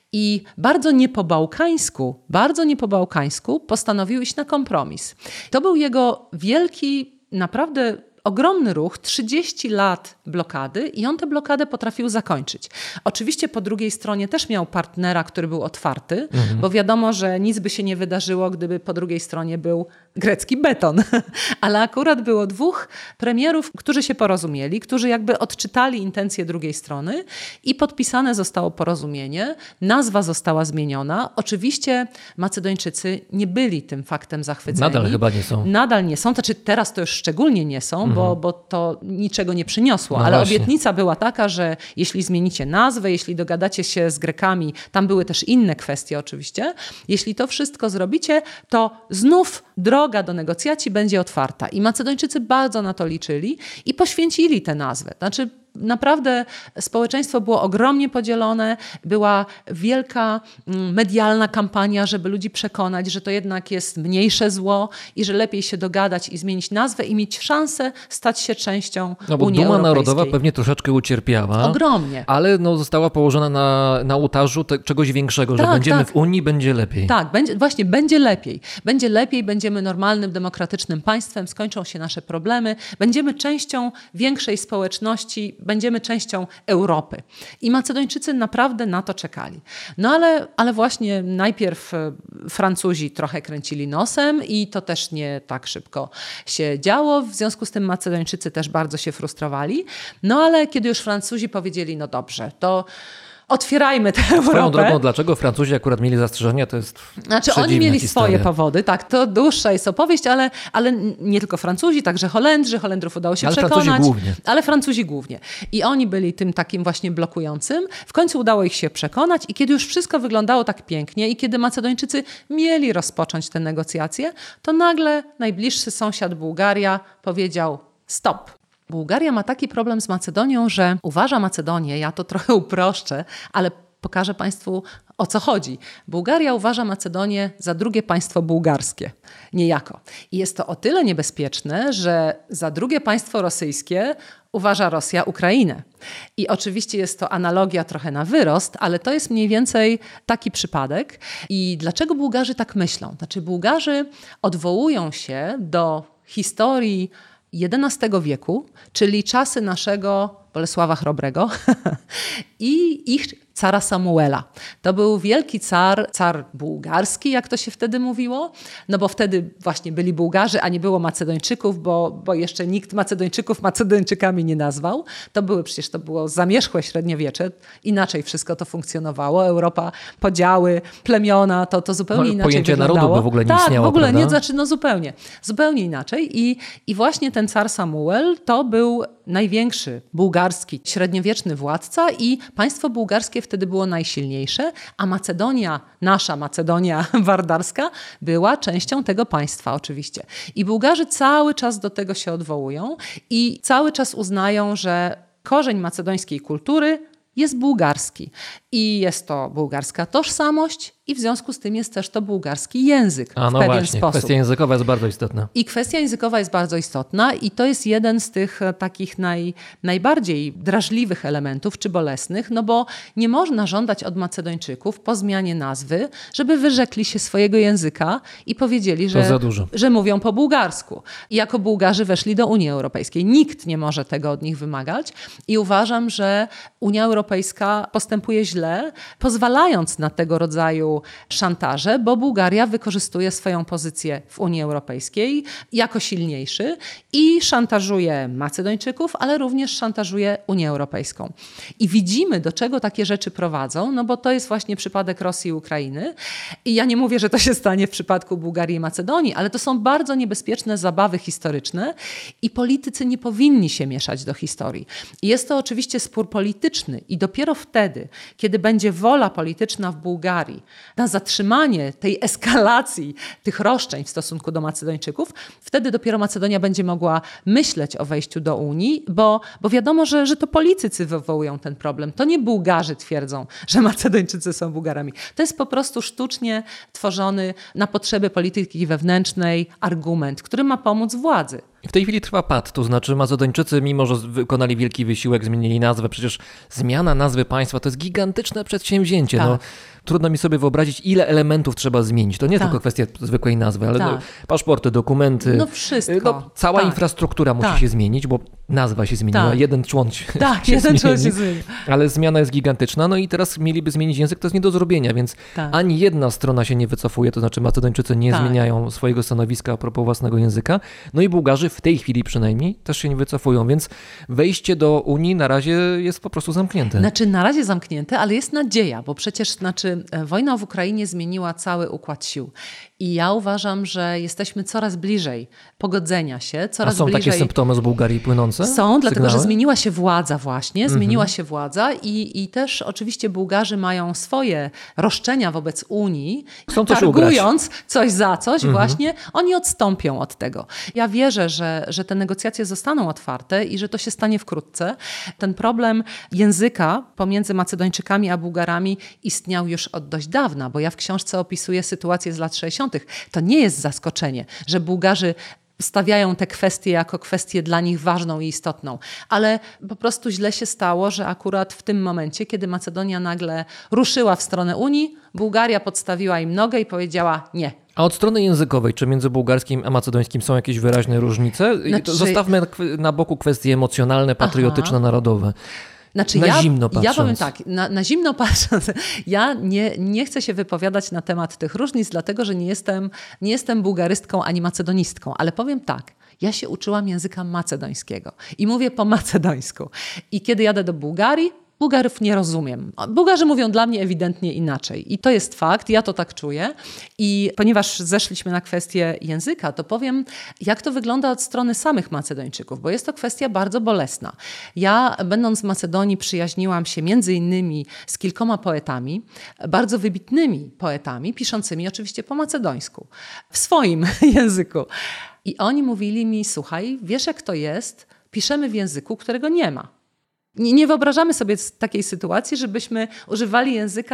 i bardzo nie po bałkańsku, bardzo nie po bałkańsku postanowił iść na kompromis. To był jego wielki, naprawdę ogromny ruch, trzydzieści lat blokady i on tę blokadę potrafił zakończyć. Oczywiście po drugiej stronie też miał partnera, który był otwarty, mhm. bo wiadomo, że nic by się nie wydarzyło, gdyby po drugiej stronie był grecki beton. Ale akurat było dwóch premierów, którzy się porozumieli, którzy jakby odczytali intencje drugiej strony i podpisane zostało porozumienie. Nazwa została zmieniona. Oczywiście Macedończycy nie byli tym faktem zachwyceni. Nadal chyba nie są. Nadal nie są. Znaczy teraz to już szczególnie nie są, mhm. bo, bo to niczego nie przyniosło. No ale właśnie. Obietnica była taka, że jeśli zmienicie nazwę, jeśli dogadacie się z Grekami, tam były też inne kwestie oczywiście, jeśli to wszystko zrobicie, to znów droga do negocjacji będzie otwarta. I Macedończycy bardzo na to liczyli i poświęcili tę nazwę. Znaczy naprawdę społeczeństwo było ogromnie podzielone, była wielka medialna kampania, żeby ludzi przekonać, że to jednak jest mniejsze zło i że lepiej się dogadać i zmienić nazwę i mieć szansę stać się częścią no bo Unii Duma Europejskiej. Narodowa pewnie troszeczkę ucierpiała. Ogromnie. Ale no, została położona na, na ołtarzu te, czegoś większego, tak, że będziemy tak. w Unii, będzie lepiej. Tak, będzie, właśnie będzie lepiej. Będzie lepiej, będziemy normalnym, demokratycznym państwem, skończą się nasze problemy, będziemy częścią większej społeczności, będziemy częścią Europy. I Macedończycy naprawdę na to czekali. No ale, ale właśnie najpierw Francuzi trochę kręcili nosem i to też nie tak szybko się działo. W związku z tym Macedończycy też bardzo się frustrowali. No ale kiedy już Francuzi powiedzieli, no dobrze, to otwierajmy tę Europę. Swoją drogą, dlaczego Francuzi akurat mieli zastrzeżenia, to jest Znaczy oni mieli historia. swoje powody, tak, to dłuższa jest opowieść, ale, ale nie tylko Francuzi, także Holendrzy, Holendrów udało się ale przekonać. Francuzi głównie. Ale Francuzi głównie. I oni byli tym takim właśnie blokującym. W końcu udało ich się przekonać i kiedy już wszystko wyglądało tak pięknie i kiedy Macedończycy mieli rozpocząć te negocjacje, to nagle najbliższy sąsiad Bułgaria powiedział stop. Bułgaria ma taki problem z Macedonią, że uważa Macedonię, ja to trochę uproszczę, ale pokażę Państwu, o co chodzi. Bułgaria uważa Macedonię za drugie państwo bułgarskie, niejako. I jest to o tyle niebezpieczne, że za drugie państwo rosyjskie uważa Rosja Ukrainę. I oczywiście jest to analogia trochę na wyrost, ale to jest mniej więcej taki przypadek. I dlaczego Bułgarzy tak myślą? Znaczy Bułgarzy odwołują się do historii jedenastego wieku, czyli czasy naszego Bolesława Chrobrego i ich cara Samuela. To był wielki car, car bułgarski, jak to się wtedy mówiło, no bo wtedy właśnie byli Bułgarzy, a nie było Macedończyków, bo, bo jeszcze nikt Macedończyków Macedończykami nie nazwał. To były przecież, to było zamierzchłe średniowiecze, inaczej wszystko to funkcjonowało. Europa, podziały, plemiona, to, to zupełnie no, inaczej pojęcie wyglądało. narodu by w ogóle nie tak, istniało, w ogóle prawda? nie, znaczy no zupełnie, zupełnie inaczej i, i właśnie ten car Samuel to był największy bułgarski średniowieczny władca i państwo bułgarskie wtedy było najsilniejsze, a Macedonia, nasza Macedonia wardarska była częścią tego państwa oczywiście. I Bułgarzy cały czas do tego się odwołują i cały czas uznają, że korzeń macedońskiej kultury jest bułgarski. I jest to bułgarska tożsamość i w związku z tym jest też to bułgarski język A w no pewien właśnie, sposób. kwestia językowa jest bardzo istotna. I kwestia językowa jest bardzo istotna i to jest jeden z tych e, takich naj, najbardziej drażliwych elementów czy bolesnych, no bo nie można żądać od Macedończyków po zmianie nazwy, żeby wyrzekli się swojego języka i powiedzieli, To za że, dużo. że mówią po bułgarsku. I jako Bułgarzy weszli do Unii Europejskiej. Nikt nie może tego od nich wymagać i uważam, że Unia Europejska postępuje źle, pozwalając na tego rodzaju szantaże, bo Bułgaria wykorzystuje swoją pozycję w Unii Europejskiej jako silniejszy i szantażuje Macedończyków, ale również szantażuje Unię Europejską. I widzimy, do czego takie rzeczy prowadzą, no bo to jest właśnie przypadek Rosji i Ukrainy. I ja nie mówię, że to się stanie w przypadku Bułgarii i Macedonii, ale to są bardzo niebezpieczne zabawy historyczne i politycy nie powinni się mieszać do historii. I jest to oczywiście spór polityczny i dopiero wtedy, kiedy będzie wola polityczna w Bułgarii na zatrzymanie tej eskalacji tych roszczeń w stosunku do Macedończyków, wtedy dopiero Macedonia będzie mogła myśleć o wejściu do Unii, bo, bo wiadomo, że, że to politycy wywołują ten problem. To nie Bułgarzy twierdzą, że Macedończycy są Bułgarami. To jest po prostu sztucznie tworzony na potrzeby polityki wewnętrznej argument, który ma pomóc władzy. W tej chwili trwa pad, to znaczy Macedończycy, mimo że wykonali wielki wysiłek, zmienili nazwę, przecież zmiana nazwy państwa to jest gigantyczne przedsięwzięcie. Tak. No, trudno mi sobie wyobrazić, ile elementów trzeba zmienić. To nie tak. tylko kwestia zwykłej nazwy, ale tak. no, paszporty, dokumenty. No wszystko. No, cała tak. infrastruktura musi tak. się zmienić, bo nazwa się zmieniła, tak. jeden człon się, tak, się jeden zmieni, człon się zmieni. ale zmiana jest gigantyczna, no i teraz mieliby zmienić język, to jest nie do zrobienia, więc tak. ani jedna strona się nie wycofuje, to znaczy Macedończycy nie tak. zmieniają swojego stanowiska a propos własnego języka, no i Bułgarzy w tej chwili przynajmniej też się nie wycofują, więc wejście do Unii na razie jest po prostu zamknięte. Znaczy na razie zamknięte, ale jest nadzieja, bo przecież znaczy, wojna w Ukrainie zmieniła cały układ sił. I ja uważam, że jesteśmy coraz bliżej pogodzenia się, coraz A są bliżej... takie symptomy z Bułgarii płynące? Są, dlatego Sygnały? że zmieniła się władza właśnie, zmieniła Mhm. się władza i, i też oczywiście Bułgarzy mają swoje roszczenia wobec Unii, Chcą coś targując coś za coś Mhm. właśnie, oni odstąpią od tego. Ja wierzę, że, że te negocjacje zostaną otwarte i że to się stanie wkrótce. Ten problem języka pomiędzy Macedończykami a Bułgarami istniał już od dość dawna, bo ja w książce opisuję sytuację z lat sześćdziesiątych. To nie jest zaskoczenie, że Bułgarzy stawiają te kwestie jako kwestię dla nich ważną i istotną. Ale po prostu źle się stało, że akurat w tym momencie, kiedy Macedonia nagle ruszyła w stronę Unii, Bułgaria podstawiła im nogę i powiedziała nie. A od strony językowej, czy między bułgarskim a macedońskim są jakieś wyraźne różnice? Znaczy... To zostawmy na boku kwestie emocjonalne, patriotyczne, Aha. narodowe. Znaczy na ja, zimno patrząc. Ja powiem tak, na, na zimno patrząc, ja nie, nie chcę się wypowiadać na temat tych różnic, dlatego że nie jestem, nie jestem bułgarystką ani macedonistką, ale powiem tak, ja się uczyłam języka macedońskiego i mówię po macedońsku. I kiedy jadę do Bułgarii, Bułgarów nie rozumiem. Bułgarzy mówią dla mnie ewidentnie inaczej. I to jest fakt, ja to tak czuję. I ponieważ zeszliśmy na kwestię języka, to powiem, jak to wygląda od strony samych Macedończyków, bo jest to kwestia bardzo bolesna. Ja, będąc w Macedonii, przyjaźniłam się między innymi z kilkoma poetami, bardzo wybitnymi poetami, piszącymi oczywiście po macedońsku, w swoim języku. I oni mówili mi, słuchaj, wiesz jak to jest? Piszemy w języku, którego nie ma. Nie, nie wyobrażamy sobie takiej sytuacji, żebyśmy używali języka,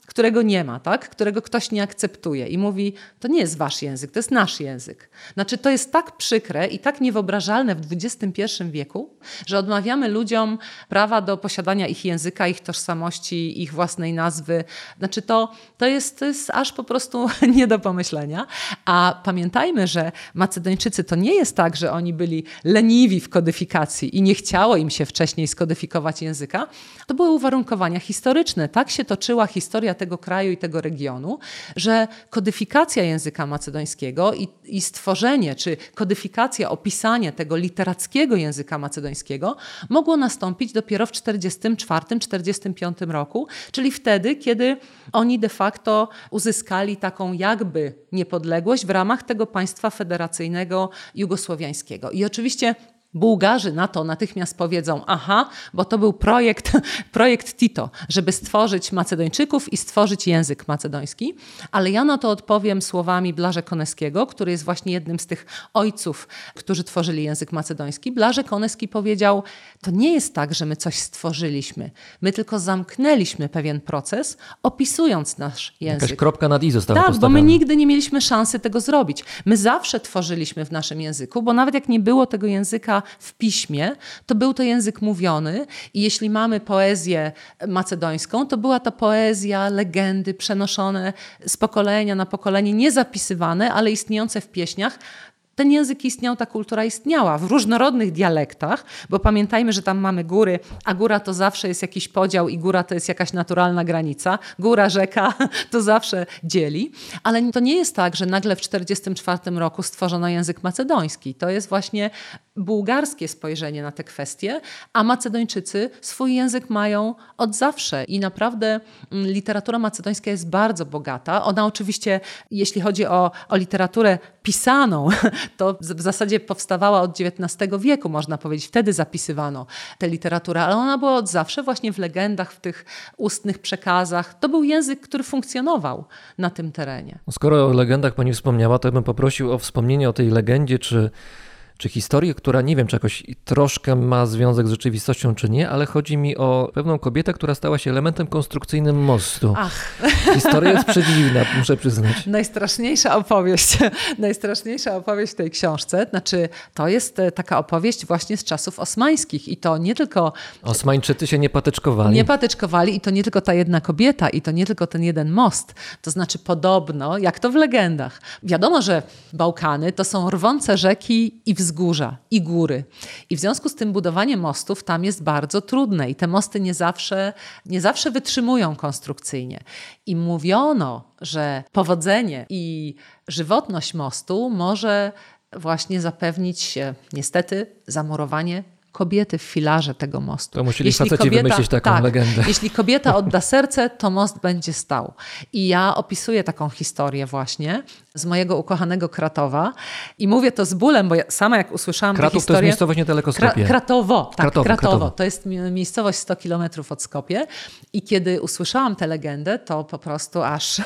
którego nie ma, tak? Którego ktoś nie akceptuje i mówi, to nie jest wasz język, to jest nasz język. Znaczy to jest tak przykre i tak niewyobrażalne w dwudziestym pierwszym wieku, że odmawiamy ludziom prawa do posiadania ich języka, ich tożsamości, ich własnej nazwy. Znaczy to, to, jest, to jest aż po prostu nie do pomyślenia. A pamiętajmy, że Macedończycy to nie jest tak, że oni byli leniwi w kodyfikacji i nie chciało im się wcześniej skodyfikować języka. To były uwarunkowania historyczne. Tak się toczyła historia tego kraju i tego regionu, że kodyfikacja języka macedońskiego i, i stworzenie, czy kodyfikacja, opisanie tego literackiego języka macedońskiego mogło nastąpić dopiero w czterdziestym czwartym czterdziestym piątym roku, czyli wtedy, kiedy oni de facto uzyskali taką jakby niepodległość w ramach tego państwa federacyjnego jugosłowiańskiego. I oczywiście Bułgarzy na to natychmiast powiedzą, aha, bo to był projekt, projekt Tito, żeby stworzyć Macedończyków i stworzyć język macedoński. Ale ja na to odpowiem słowami Blaże Koneskiego, który jest właśnie jednym z tych ojców, którzy tworzyli język macedoński. Blaże Koneski powiedział, to nie jest tak, że my coś stworzyliśmy. My tylko zamknęliśmy pewien proces, opisując nasz język. Jakaś kropka nad i została Tak, postawiona. bo my nigdy nie mieliśmy szansy tego zrobić. My zawsze tworzyliśmy w naszym języku, bo nawet jak nie było tego języka w piśmie, to był to język mówiony i jeśli mamy poezję macedońską, to była to poezja, legendy przenoszone z pokolenia na pokolenie, nie zapisywane, ale istniejące w pieśniach. Ten język istniał, ta kultura istniała w różnorodnych dialektach, bo pamiętajmy, że tam mamy góry, a góra to zawsze jest jakiś podział i góra to jest jakaś naturalna granica. Góra, rzeka to zawsze dzieli, ale to nie jest tak, że nagle w czterdziestym czwartym roku stworzono język macedoński. To jest właśnie bułgarskie spojrzenie na te kwestie, a Macedończycy swój język mają od zawsze i naprawdę literatura macedońska jest bardzo bogata. Ona oczywiście, jeśli chodzi o, o literaturę pisaną, to w zasadzie powstawała od dziewiętnastego wieku, można powiedzieć. Wtedy zapisywano tę literaturę, ale ona była od zawsze właśnie w legendach, w tych ustnych przekazach. To był język, który funkcjonował na tym terenie. Skoro o legendach pani wspomniała, to bym poprosił o wspomnienie o tej legendzie, czy czy historię, która nie wiem, czy jakoś troszkę ma związek z rzeczywistością, czy nie, ale chodzi mi o pewną kobietę, która stała się elementem konstrukcyjnym mostu. Ach. Historia jest przedziwna, muszę przyznać. Najstraszniejsza opowieść, najstraszniejsza opowieść w tej książce, znaczy to jest taka opowieść właśnie z czasów osmańskich i to nie tylko... Osmańczycy się nie patyczkowali. Nie patyczkowali i to nie tylko ta jedna kobieta i to nie tylko ten jeden most. To znaczy podobno, jak to w legendach. Wiadomo, że Bałkany to są rwące rzeki i wzgórza, i góry. I w związku z tym budowanie mostów tam jest bardzo trudne i te mosty nie zawsze, nie zawsze wytrzymują konstrukcyjnie. I mówiono, że powodzenie i żywotność mostu może właśnie zapewnić niestety zamurowanie kobiety w filarze tego mostu. To musieli faceci wymyślić taką tak, legendę. Jeśli kobieta odda serce, to most będzie stał. I ja opisuję taką historię właśnie z mojego ukochanego Kratowa i mówię to z bólem, bo ja sama jak usłyszałam Kratów tę historię... to jest miejscowość niedaleko Skopie. Kra- Kratowo, tak, Kratowo, Kratowo. Kratowo. To jest miejscowość sto kilometrów od Skopie i kiedy usłyszałam tę legendę, to po prostu aż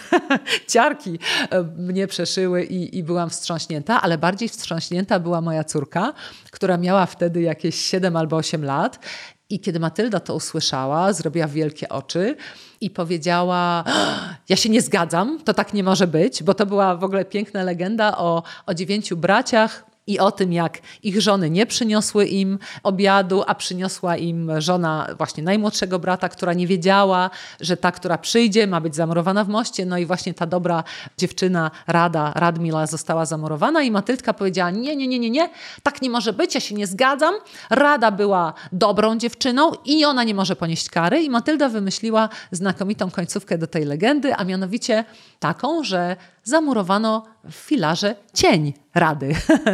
ciarki mnie przeszyły i, i byłam wstrząśnięta, ale bardziej wstrząśnięta była moja córka, która miała wtedy jakieś siedem albo osiem lat. I kiedy Matylda to usłyszała, zrobiła wielkie oczy i powiedziała, ja się nie zgadzam, to tak nie może być, bo to była w ogóle piękna legenda o, o dziewięciu braciach i o tym, jak ich żony nie przyniosły im obiadu, a przyniosła im żona właśnie najmłodszego brata, która nie wiedziała, że ta, która przyjdzie, ma być zamurowana w moście. No i właśnie ta dobra dziewczyna Rada, Radmila została zamurowana i Matyldka powiedziała, nie, nie, nie, nie, nie, tak nie może być, ja się nie zgadzam. Rada była dobrą dziewczyną i ona nie może ponieść kary. I Matylda wymyśliła znakomitą końcówkę do tej legendy, a mianowicie taką, że zamurowano w filarze cień Rady.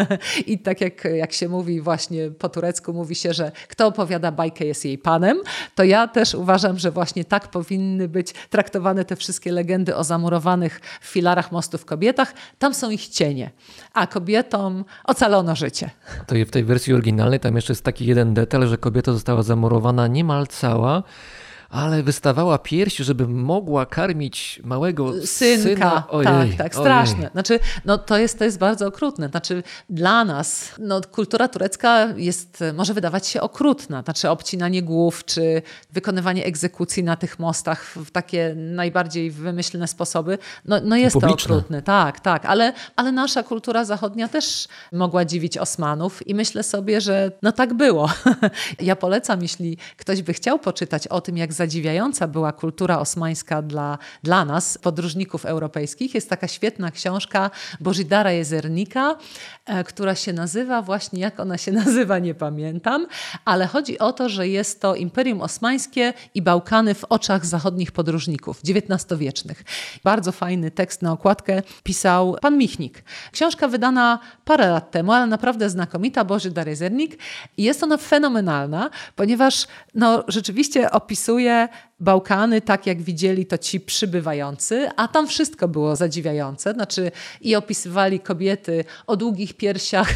I tak jak, jak się mówi właśnie po turecku, mówi się, że kto opowiada bajkę jest jej panem, to ja też uważam, że właśnie tak powinny być traktowane te wszystkie legendy o zamurowanych w filarach mostów kobietach. Tam są ich cienie, a kobietom ocalono życie. To w tej wersji oryginalnej tam jeszcze jest taki jeden detal, że kobieta została zamurowana niemal cała, ale wystawała pierś, żeby mogła karmić małego Synka, syna. Ojej, tak, tak, straszne. ojej. Znaczy, no to jest, to jest bardzo okrutne. Znaczy, dla nas no, kultura turecka jest, może wydawać się okrutna. Znaczy, obcinanie głów, czy wykonywanie egzekucji na tych mostach w takie najbardziej wymyślne sposoby, no, no jest Publiczne. to okrutne. Tak, tak, ale, ale nasza kultura zachodnia też mogła dziwić Osmanów i myślę sobie, że no tak było. Ja polecam, jeśli ktoś by chciał poczytać o tym, jak zadziwiająca była kultura osmańska dla, dla nas, podróżników europejskich. Jest taka świetna książka Bożidara Jezernika, e, która się nazywa właśnie, jak ona się nazywa, nie pamiętam, ale chodzi o to, że jest to Imperium Osmańskie i Bałkany w oczach zachodnich podróżników dziewiętnastowiecznych. Bardzo fajny tekst na okładkę pisał pan Michnik. Książka wydana parę lat temu, ale naprawdę znakomita, Bożidar Jezernik. I jest ona fenomenalna, ponieważ no, rzeczywiście opisuje Bałkany tak, jak widzieli to ci przybywający, a tam wszystko było zadziwiające. Znaczy i opisywali kobiety o długich piersiach.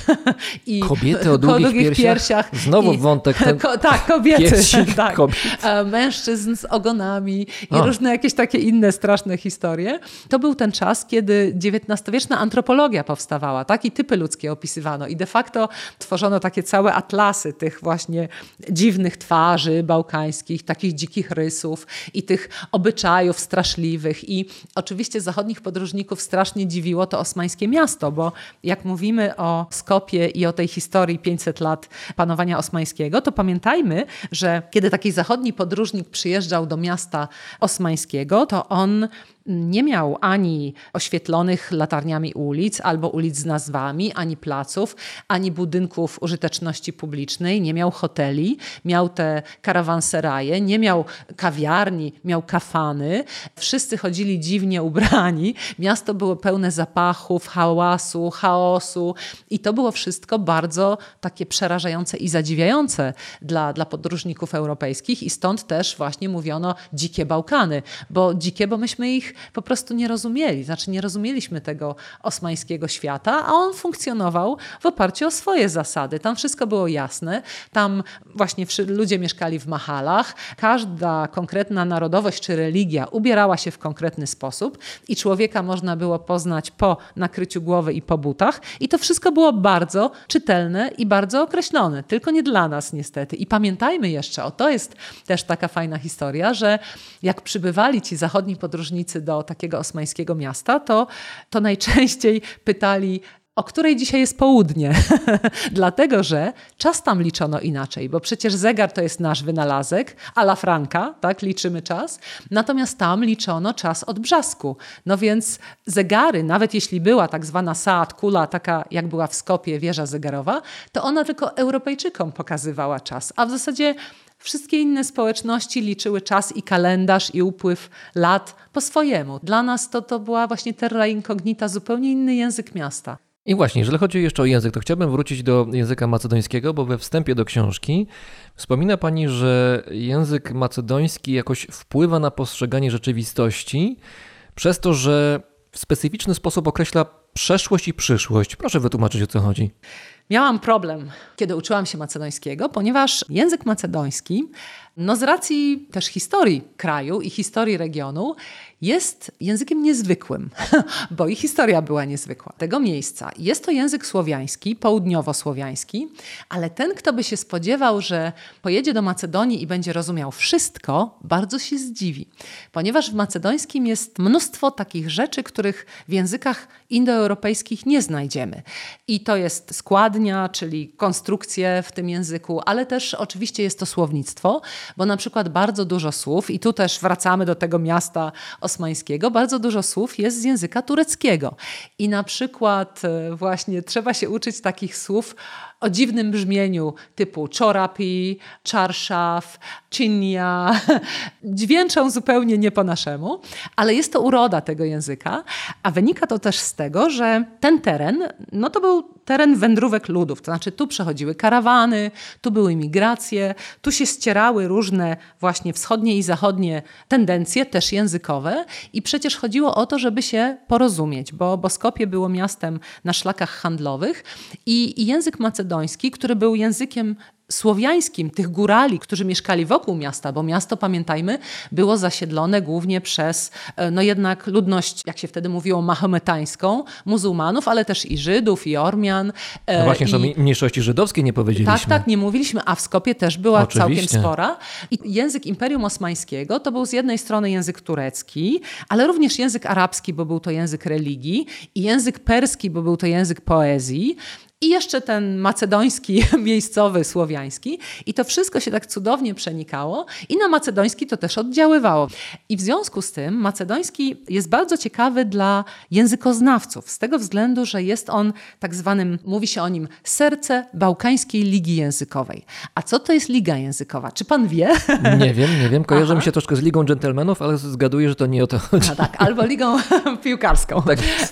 I Kobiety o długich, długich piersiach? piersiach. Znowu I, wątek ten... Ko, tak, kobiety. Piersi tak. kobiet. E, Mężczyzn z ogonami i O. różne jakieś takie inne straszne historie. To był ten czas, kiedy dziewiętnastowieczna antropologia powstawała, tak? I typy ludzkie opisywano. I de facto tworzono takie całe atlasy tych właśnie dziwnych twarzy bałkańskich, takich dzikich rysów i tych obyczajów straszliwych. I oczywiście zachodnich podróżników strasznie dziwiło to osmańskie miasto, bo jak mówimy o Skopie i o tej historii pięćset lat panowania osmańskiego, to pamiętajmy, że kiedy taki zachodni podróżnik przyjeżdżał do miasta osmańskiego, to on nie miał ani oświetlonych latarniami ulic, albo ulic z nazwami, ani placów, ani budynków użyteczności publicznej, nie miał hoteli, miał te karawanseraje, nie miał kawiarni, miał kafany. Wszyscy chodzili dziwnie ubrani. Miasto było pełne zapachów, hałasu, chaosu i to było wszystko bardzo takie przerażające i zadziwiające dla, dla podróżników europejskich i stąd też właśnie mówiono dzikie Bałkany, bo dzikie, bo myśmy ich po prostu nie rozumieli. Znaczy nie rozumieliśmy tego osmańskiego świata, a on funkcjonował w oparciu o swoje zasady. Tam wszystko było jasne. Tam właśnie ludzie mieszkali w mahalach. Każda konkretna narodowość czy religia ubierała się w konkretny sposób i człowieka można było poznać po nakryciu głowy i po butach. I to wszystko było bardzo czytelne i bardzo określone. Tylko nie dla nas niestety. I pamiętajmy jeszcze, o to jest też taka fajna historia, że jak przybywali ci zachodni podróżnicy do takiego osmańskiego miasta, to, to najczęściej pytali, o której dzisiaj jest południe. Dlatego, że czas tam liczono inaczej, bo przecież zegar to jest nasz wynalazek, a la franca, tak, liczymy czas. Natomiast tam liczono czas od brzasku. No więc zegary, nawet jeśli była tak zwana Saat Kula, taka jak była w Skopie wieża zegarowa, to ona tylko Europejczykom pokazywała czas, a w zasadzie wszystkie inne społeczności liczyły czas i kalendarz i upływ lat po swojemu. Dla nas to, to była właśnie terra incognita, zupełnie inny język miasta. I właśnie, jeżeli chodzi jeszcze o język, to chciałbym wrócić do języka macedońskiego, bo we wstępie do książki wspomina pani, że język macedoński jakoś wpływa na postrzeganie rzeczywistości przez to, że w specyficzny sposób określa przeszłość i przyszłość. Proszę wytłumaczyć, o co chodzi. Miałam problem, kiedy uczyłam się macedońskiego, ponieważ język macedoński, no z racji też historii kraju i historii regionu, jest językiem niezwykłym, bo i historia była niezwykła tego miejsca. Jest to język słowiański, południowo-słowiański, ale ten, kto by się spodziewał, że pojedzie do Macedonii i będzie rozumiał wszystko, bardzo się zdziwi, ponieważ w macedońskim jest mnóstwo takich rzeczy, których w językach indoeuropejskich nie znajdziemy. I to jest składnia, czyli konstrukcje w tym języku, ale też oczywiście jest to słownictwo, bo na przykład bardzo dużo słów, i tu też wracamy do tego miasta osmańskiego, bardzo dużo słów jest z języka tureckiego. I na przykład właśnie trzeba się uczyć takich słów o dziwnym brzmieniu typu czorapi, czarszaf, czynnia. Dźwięczą zupełnie nie po naszemu, ale jest to uroda tego języka, a wynika to też z tego, że ten teren, no to był teren wędrówek ludów, to znaczy tu przechodziły karawany, tu były migracje, tu się ścierały różne właśnie wschodnie i zachodnie tendencje, też językowe i przecież chodziło o to, żeby się porozumieć, bo, bo Skopje było miastem na szlakach handlowych i, i język macedoński, który był językiem słowiańskim, tych górali, którzy mieszkali wokół miasta, bo miasto, pamiętajmy, było zasiedlone głównie przez no jednak ludność, jak się wtedy mówiło, mahometańską, muzułmanów, ale też i Żydów, i Ormian. No właśnie, i... że o mniejszości żydowskiej nie powiedzieliśmy. Tak, tak, nie mówiliśmy, a w Skopie też była Oczywiście. całkiem spora. I język Imperium Osmańskiego to był z jednej strony język turecki, ale również język arabski, bo był to język religii, i język perski, bo był to język poezji. I jeszcze ten macedoński, miejscowy, słowiański. I to wszystko się tak cudownie przenikało i na macedoński to też oddziaływało. I w związku z tym macedoński jest bardzo ciekawy dla językoznawców, z tego względu, że jest on tak zwanym, mówi się o nim, serce Bałkańskiej Ligi Językowej. A co to jest Liga Językowa? Czy pan wie? Nie wiem, nie wiem. Kojarzy mi się troszkę z Ligą Dżentelmenów, ale zgaduję, że to nie o to chodzi. No tak, albo Ligą Piłkarską. Tak jest.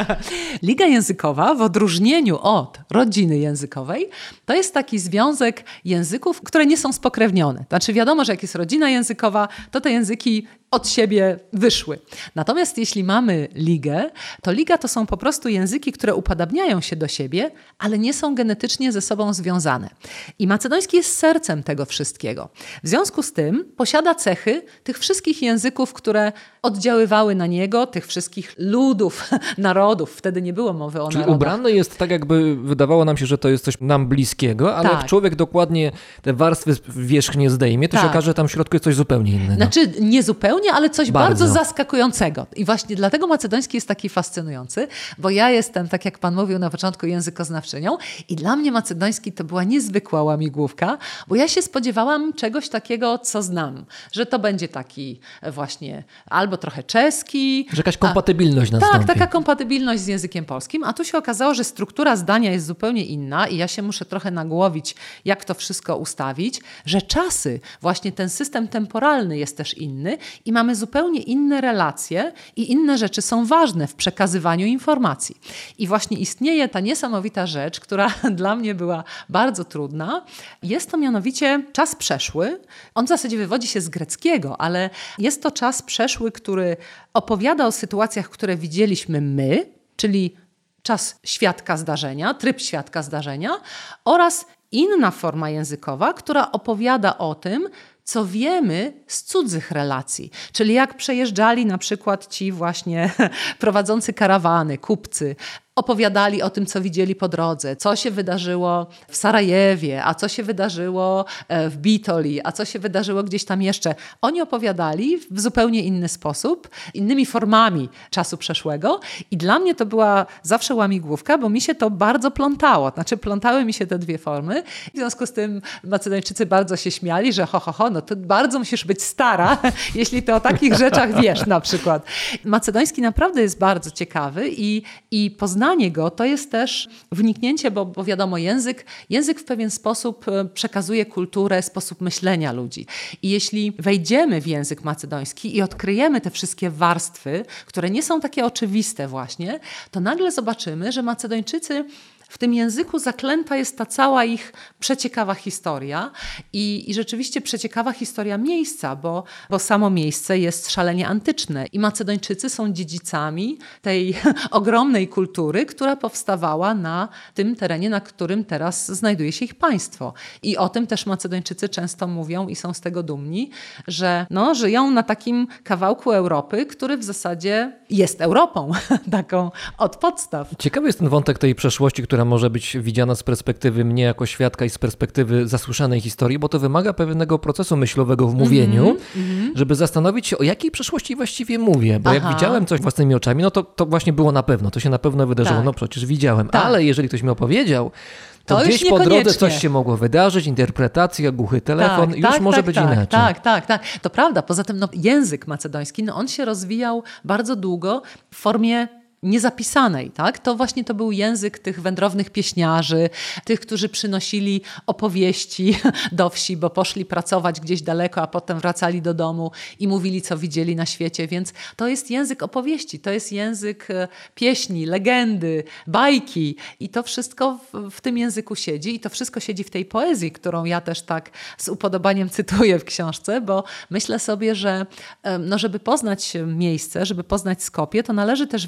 Liga Językowa w odróżnieniu od rodziny językowej, to jest taki związek języków, które nie są spokrewnione. Znaczy wiadomo, że jak jest rodzina językowa, to te języki od siebie wyszły. Natomiast jeśli mamy ligę, to liga to są po prostu języki, które upodabniają się do siebie, ale nie są genetycznie ze sobą związane. I macedoński jest sercem tego wszystkiego. W związku z tym posiada cechy tych wszystkich języków, które oddziaływały na niego, tych wszystkich ludów, narodów. Wtedy nie było mowy o Czyli narodach. ubrany jest tak, jakby wydawało nam się, że to jest coś nam bliskiego, ale Tak. jak człowiek dokładnie te warstwy wierzchnie zdejmie, to Tak. się okaże, że tam w środku jest coś zupełnie innego. Znaczy nie zupełnie, ale coś bardzo. Bardzo. zaskakującego. I właśnie dlatego macedoński jest taki fascynujący, bo ja jestem, tak jak pan mówił na początku, językoznawczynią i dla mnie macedoński to była niezwykła łamigłówka, bo ja się spodziewałam czegoś takiego, co znam. Że to będzie taki właśnie albo trochę czeski. Że jakaś kompatybilność nastąpi. Tak, taka kompatybilność z językiem polskim, a tu się okazało, że struktura zdania jest zupełnie inna i ja się muszę trochę nagłowić, jak to wszystko ustawić, że czasy, właśnie ten system temporalny jest też inny i mamy zupełnie inne relacje i inne rzeczy są ważne w przekazywaniu informacji. I właśnie istnieje ta niesamowita rzecz, która dla mnie była bardzo trudna. Jest to mianowicie czas przeszły. On w zasadzie wywodzi się z greckiego, ale jest to czas przeszły, który opowiada o sytuacjach, które widzieliśmy my, czyli czas świadka zdarzenia, tryb świadka zdarzenia oraz inna forma językowa, która opowiada o tym, co wiemy z cudzych relacji. Czyli jak przejeżdżali na przykład ci właśnie prowadzący karawany, kupcy, opowiadali o tym, co widzieli po drodze, co się wydarzyło w Sarajewie, a co się wydarzyło w Bitoli, a co się wydarzyło gdzieś tam jeszcze. Oni opowiadali w zupełnie inny sposób, innymi formami czasu przeszłego i dla mnie to była zawsze łamigłówka, bo mi się to bardzo plątało. Znaczy plątały mi się te dwie formy. W związku z tym Macedończycy bardzo się śmiali, że ho, ho, ho, no to bardzo musisz być stara, jeśli ty o takich rzeczach wiesz na przykład. Macedoński naprawdę jest bardzo ciekawy i, i poznanie go to jest też wniknięcie, bo, bo wiadomo, język, język w pewien sposób przekazuje kulturę, sposób myślenia ludzi. I jeśli wejdziemy w język macedoński i odkryjemy te wszystkie warstwy, które nie są takie oczywiste właśnie, to nagle zobaczymy, że Macedończycy w tym języku zaklęta jest ta cała ich przeciekawa historia i, i rzeczywiście przeciekawa historia miejsca, bo, bo samo miejsce jest szalenie antyczne i Macedończycy są dziedzicami tej ogromnej kultury, która powstawała na tym terenie, na którym teraz znajduje się ich państwo. I o tym też Macedończycy często mówią i są z tego dumni, że no, żyją na takim kawałku Europy, który w zasadzie jest Europą, taką od podstaw. Ciekawy jest ten wątek tej przeszłości, która może być widziana z perspektywy mnie jako świadka i z perspektywy zasłyszanej historii, bo to wymaga pewnego procesu myślowego w mówieniu, mm-hmm. żeby zastanowić się, o jakiej przeszłości właściwie mówię. Bo Aha. jak widziałem coś własnymi oczami, no to, to właśnie było na pewno, to się na pewno wydarzyło. Tak. No przecież widziałem, tak. ale jeżeli ktoś mi opowiedział, to, to gdzieś po drodze coś się mogło wydarzyć, interpretacja, głuchy telefon, tak, już tak, może tak, być tak, inaczej. Tak, tak, tak. To prawda. Poza tym no, język macedoński, no, on się rozwijał bardzo długo w formie niezapisanej, tak? To właśnie to był język tych wędrownych pieśniarzy, tych, którzy przynosili opowieści do wsi, bo poszli pracować gdzieś daleko, a potem wracali do domu i mówili, co widzieli na świecie, więc to jest język opowieści, to jest język pieśni, legendy, bajki i to wszystko w, w tym języku siedzi i to wszystko siedzi w tej poezji, którą ja też tak z upodobaniem cytuję w książce, bo myślę sobie, że no, żeby poznać miejsce, żeby poznać Skopje, to należy też wniknąć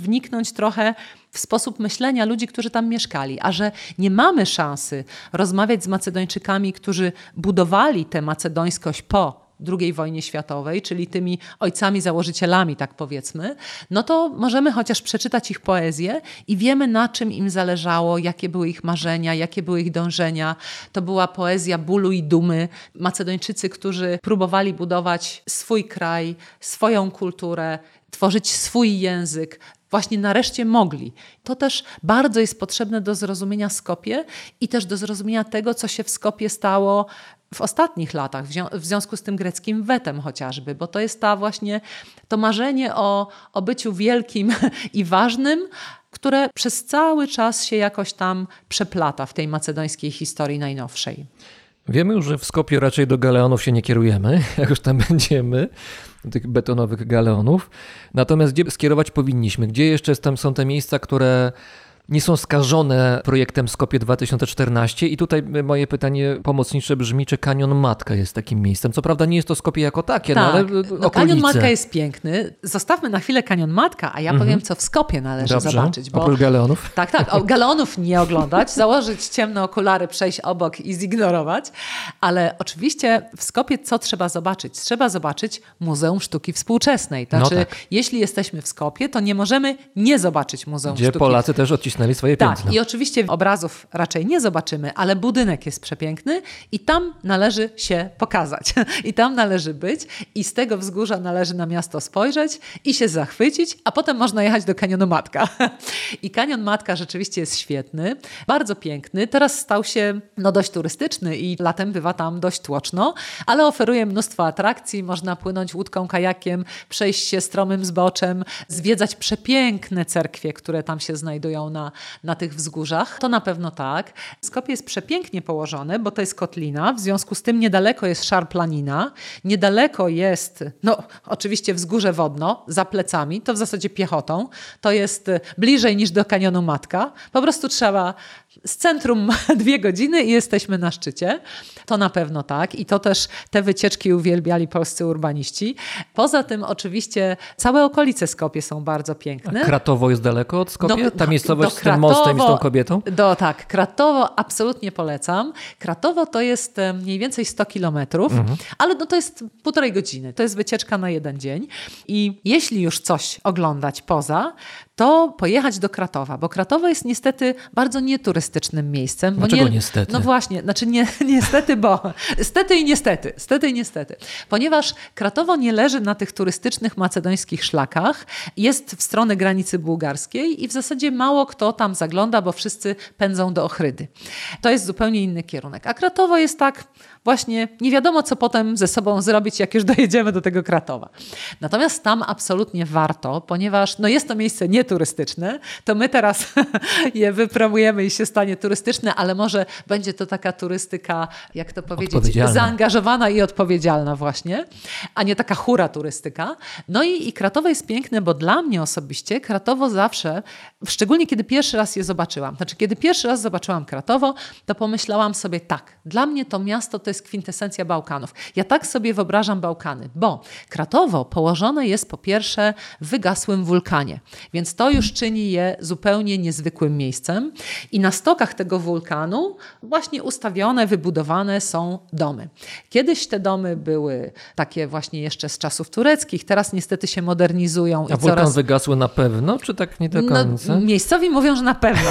wpłynąć trochę w sposób myślenia ludzi, którzy tam mieszkali, a że nie mamy szansy rozmawiać z Macedończykami, którzy budowali tę macedońskość po drugiej wojnie światowej, czyli tymi ojcami założycielami, tak powiedzmy, no to możemy chociaż przeczytać ich poezję i wiemy, na czym im zależało, jakie były ich marzenia, jakie były ich dążenia. To była poezja bólu i dumy. Macedończycy, którzy próbowali budować swój kraj, swoją kulturę, tworzyć swój język, właśnie nareszcie mogli. To też bardzo jest potrzebne do zrozumienia Skopie i też do zrozumienia tego, co się w Skopie stało w ostatnich latach, w, zwią- w związku z tym greckim wetem chociażby, bo to jest ta właśnie to marzenie o, o byciu wielkim i ważnym, które przez cały czas się jakoś tam przeplata w tej macedońskiej historii najnowszej. Wiemy już, że w Skopie raczej do galeonów się nie kierujemy, jak już tam będziemy, do tych betonowych galeonów. Natomiast gdzie skierować powinniśmy? Gdzie jeszcze tam są te miejsca, które nie są skażone projektem Skopie dwa tysiące czternaście? I tutaj moje pytanie pomocnicze brzmi, czy Kanion Matka jest takim miejscem? Co prawda nie jest to Skopie jako takie, Tak, no ale no, okolice. Kanion Matka jest piękny. Zostawmy na chwilę Kanion Matka, a ja Mhm. powiem, co w Skopie należy Dobrze. zobaczyć. Bo Oprócz galeonów? Tak, tak. O, galeonów nie oglądać, założyć ciemne okulary, przejść obok i zignorować. Ale oczywiście w Skopie co trzeba zobaczyć? Trzeba zobaczyć Muzeum Sztuki Współczesnej. To No znaczy, tak. jeśli jesteśmy w Skopie, to nie możemy nie zobaczyć Muzeum Gdzie Sztuki Polacy też odcisnęli swoje Tak, piętno. i oczywiście obrazów raczej nie zobaczymy, ale budynek jest przepiękny i tam należy się pokazać. I tam należy być i z tego wzgórza należy na miasto spojrzeć i się zachwycić, a potem można jechać do Kanionu Matka. I Kanion Matka rzeczywiście jest świetny, bardzo piękny. Teraz stał się no, dość turystyczny i latem bywa tam dość tłoczno, ale oferuje mnóstwo atrakcji. Można płynąć łódką, kajakiem, przejść się stromym zboczem, zwiedzać przepiękne cerkwie, które tam się znajdują na, na tych wzgórzach. To na pewno tak. Skopie jest przepięknie położone, bo to jest kotlina, w związku z tym niedaleko jest szarplanina, niedaleko jest, no oczywiście wzgórze Wodno, za plecami, to w zasadzie piechotą, to jest bliżej niż do Kanionu Matka. Po prostu trzeba z centrum dwie godziny i jesteśmy na szczycie. To na pewno tak i to też te wycieczki uwielbiali polscy urbaniści. Poza tym oczywiście całe okolice Skopie są bardzo piękne. A Kratowo jest daleko od Skopie? Do- Ta do- miejscowość do z tym mostem i z tą Kratowo- kobietą? Do, tak, Kratowo absolutnie polecam. Kratowo to jest e, mniej więcej sto kilometrów, Mhm. ale no to jest półtorej godziny. To jest wycieczka na jeden dzień. I jeśli już coś oglądać poza, to pojechać do Kratowa, bo Kratowo jest niestety bardzo nieturystycznym miejscem. Bo Dlaczego nie, niestety? No właśnie, znaczy nie, niestety, bo stety i niestety, stety i niestety. Ponieważ Kratowo nie leży na tych turystycznych macedońskich szlakach, jest w stronę granicy bułgarskiej i w zasadzie mało kto tam zagląda, bo wszyscy pędzą do Ochrydy. To jest zupełnie inny kierunek. A Kratowo jest tak właśnie, nie wiadomo co potem ze sobą zrobić, jak już dojedziemy do tego Kratowa. Natomiast tam absolutnie warto, ponieważ no jest to miejsce nieturystyczne, to my teraz je wypromujemy i się stanie turystyczne, ale może będzie to taka turystyka, jak to powiedzieć, Odpowiedzialna. zaangażowana i odpowiedzialna właśnie, a nie taka hura turystyka. No i, i Kratowo jest piękne, bo dla mnie osobiście Kratowo zawsze, szczególnie kiedy pierwszy raz je zobaczyłam, znaczy kiedy pierwszy raz zobaczyłam Kratowo, to pomyślałam sobie tak, dla mnie to miasto to jest kwintesencja Bałkanów. Ja tak sobie wyobrażam Bałkany, bo Kratowo położone jest po pierwsze w wygasłym wulkanie, więc to już czyni je zupełnie niezwykłym miejscem i na stokach tego wulkanu właśnie ustawione, wybudowane są domy. Kiedyś te domy były takie właśnie jeszcze z czasów tureckich, teraz niestety się modernizują. A i wulkan coraz... wygasły na pewno, czy tak nie do końca? No, miejscowi mówią, że na pewno.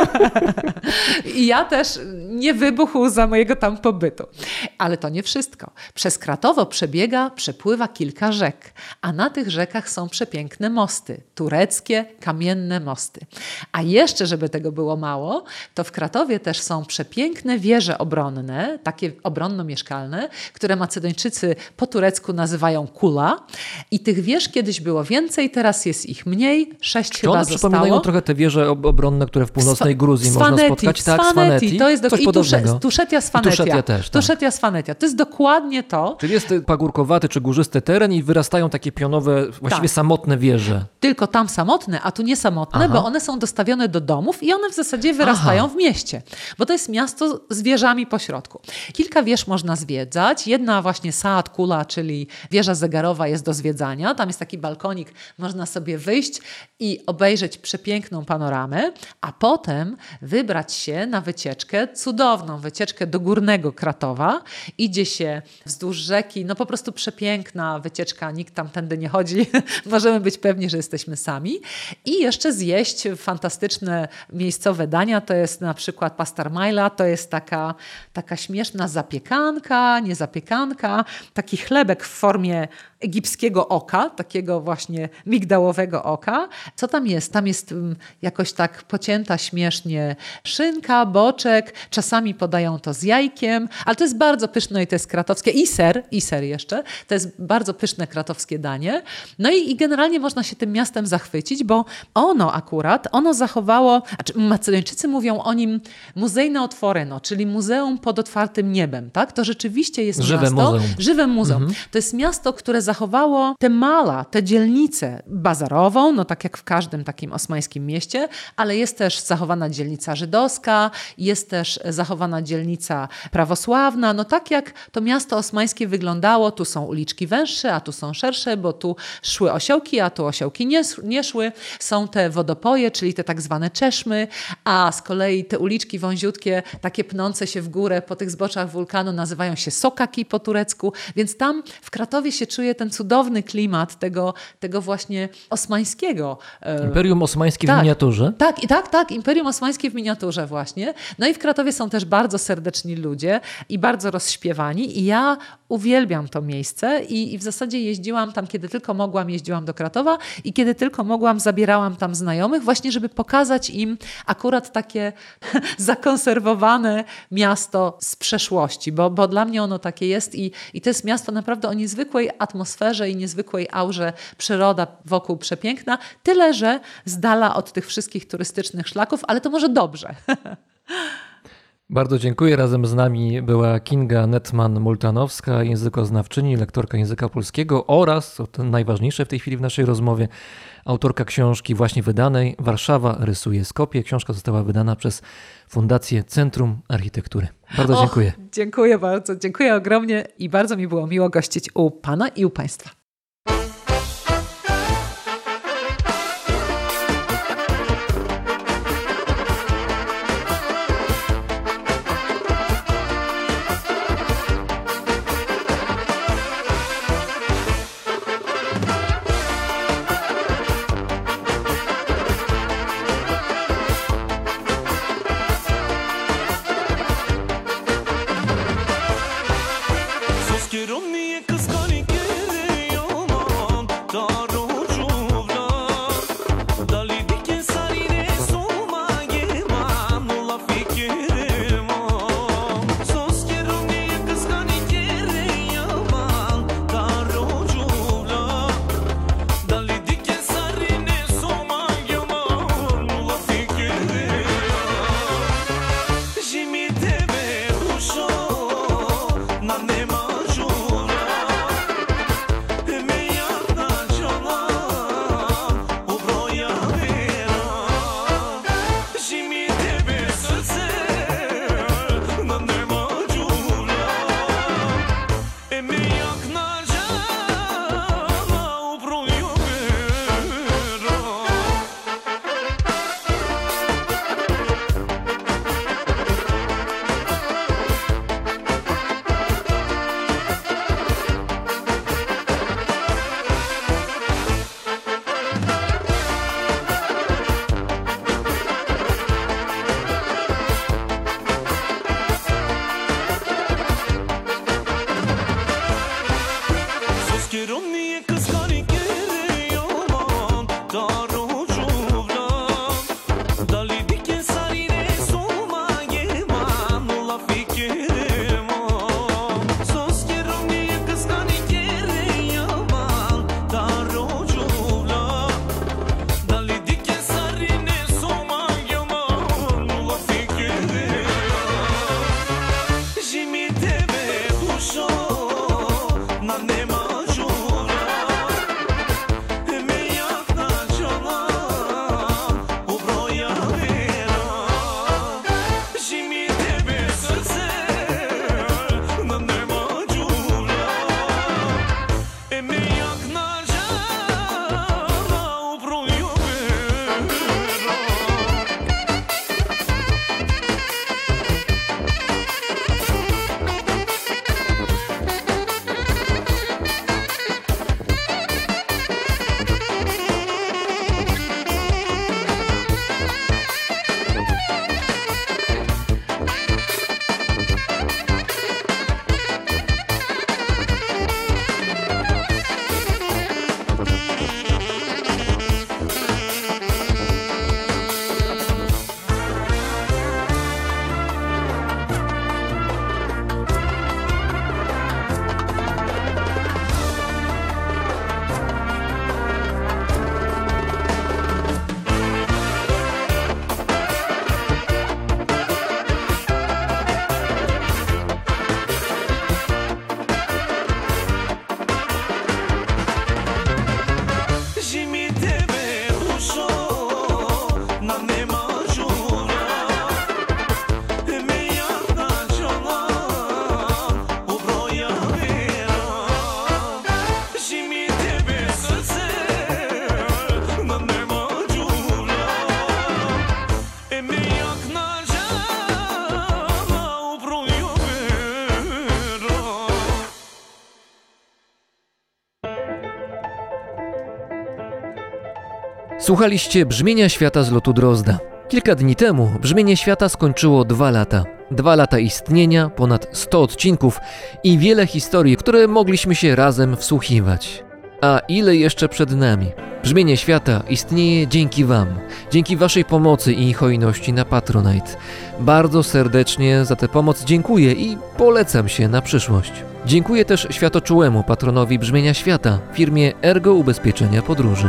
I ja też nie wybuchł za mojego tam pobytu. Ale to nie wszystko. Przez Kratowo przebiega, przepływa kilka rzek, a na tych rzekach są przepiękne mosty, tureckie, kamienne mosty. A jeszcze, żeby tego było mało, to w Kratowie też są przepiękne wieże obronne, takie obronno-mieszkalne, które Macedończycy po turecku nazywają kula. I tych wież kiedyś było więcej, teraz jest ich mniej, sześć Czy chyba one zostało. przypominają trochę te wieże ob- obronne, które w północnej Swa- Gruzji Svaneti, można spotkać? Tak, Svaneti, to jest do... Coś I podobnego. Tuszetia Sfanetia. I Tuszetia też, tak. Tuszetia Sfanetia. To jest dokładnie to. Czyli jest pagórkowaty czy górzysty teren i wyrastają takie pionowe, właściwie Tak. samotne wieże. Tylko tam samotne, a tu nie samotne, Aha. bo one są dostawione do domów i one w zasadzie wyrastają Aha. w mieście. Bo to jest miasto z wieżami po środku. Kilka wież można zwiedzać. Jedna właśnie Saat Kula, czyli wieża zegarowa jest do zwiedzania. Tam jest taki balkonik, można sobie wyjść i obejrzeć przepiękną panoramę, a potem wybrać się na wycieczkę, cudowną wycieczkę do Górnego Kratowa. Idzie się wzdłuż rzeki, no po prostu przepiękna wycieczka, nikt tam tędy nie chodzi. Możemy być pewni, że jesteśmy sami. I jeszcze zjeść fantastyczne miejscowe dania, to jest na przykład pastarmajla, to jest taka, taka śmieszna zapiekanka, nie zapiekanka, taki chlebek w formie egipskiego oka, takiego właśnie migdałowego oka. Co tam jest? Tam jest um, jakoś tak pocięta śmiesznie szynka, boczek, czasami podają to z jajkiem, ale to jest bardzo pyszne i to jest kratowskie. I ser, i ser jeszcze. To jest bardzo pyszne kratowskie danie. No i, i generalnie można się tym miastem zachwycić, bo ono akurat, ono zachowało, znaczy Macedończycy mówią o nim muzejne otworeno, czyli muzeum pod otwartym niebem. Tak? To rzeczywiście jest Żywe miasto. muzeum. Żywe muzeum. Mhm. To jest miasto, które zachowało tę mala, tę dzielnicę bazarową, no tak jak w każdym takim osmańskim mieście, ale jest też zachowana dzielnica żydowska, jest też zachowana dzielnica prawosławna. No tak jak to miasto osmańskie wyglądało, tu są uliczki węższe, a tu są szersze, bo tu szły osiołki, a tu osiołki nie, nie szły. Są te wodopoje, czyli te tak zwane czeszmy, a z kolei te uliczki wąziutkie, takie pnące się w górę po tych zboczach wulkanu nazywają się sokaki po turecku, więc tam w Kratowie się czuje ten cudowny klimat tego, tego właśnie osmańskiego. Imperium Osmańskie tak, w miniaturze. Tak, i tak, tak. Imperium Osmańskie w miniaturze właśnie. No i w Kratowie są też bardzo serdeczni ludzie i bardzo rozśpiewani i ja uwielbiam to miejsce i, i w zasadzie jeździłam tam, kiedy tylko mogłam, jeździłam do Kratowa i kiedy tylko mogłam, zabierałam tam znajomych właśnie, żeby pokazać im akurat takie zakonserwowane miasto z przeszłości, bo, bo dla mnie ono takie jest i, i to jest miasto naprawdę o niezwykłej atmosferze i niezwykłej aurze, przyroda wokół przepiękna, tyle, że z dala od tych wszystkich turystycznych szlaków, ale to może dobrze. Bardzo dziękuję. Razem z nami była Kinga Netman-Multanowska, językoznawczyni, lektorka języka polskiego oraz, co to najważniejsze w tej chwili w naszej rozmowie, autorka książki właśnie wydanej Warszawa rysuje Skopje. Książka została wydana przez Fundację Centrum Architektury. Bardzo Och, dziękuję. Dziękuję bardzo. Dziękuję ogromnie i bardzo mi było miło gościć u Pana i u Państwa. Sus quiero niye kıskanı geliyor Słuchaliście Brzmienia Świata z lotu Drozda. Kilka dni temu Brzmienie Świata skończyło dwa lata. Dwa lata istnienia, ponad sto odcinków i wiele historii, w które mogliśmy się razem wsłuchiwać. A ile jeszcze przed nami? Brzmienie Świata istnieje dzięki Wam, dzięki Waszej pomocy i hojności na Patronite. Bardzo serdecznie za tę pomoc dziękuję i polecam się na przyszłość. Dziękuję też światoczułemu patronowi Brzmienia Świata, firmie Ergo Ubezpieczenia Podróży.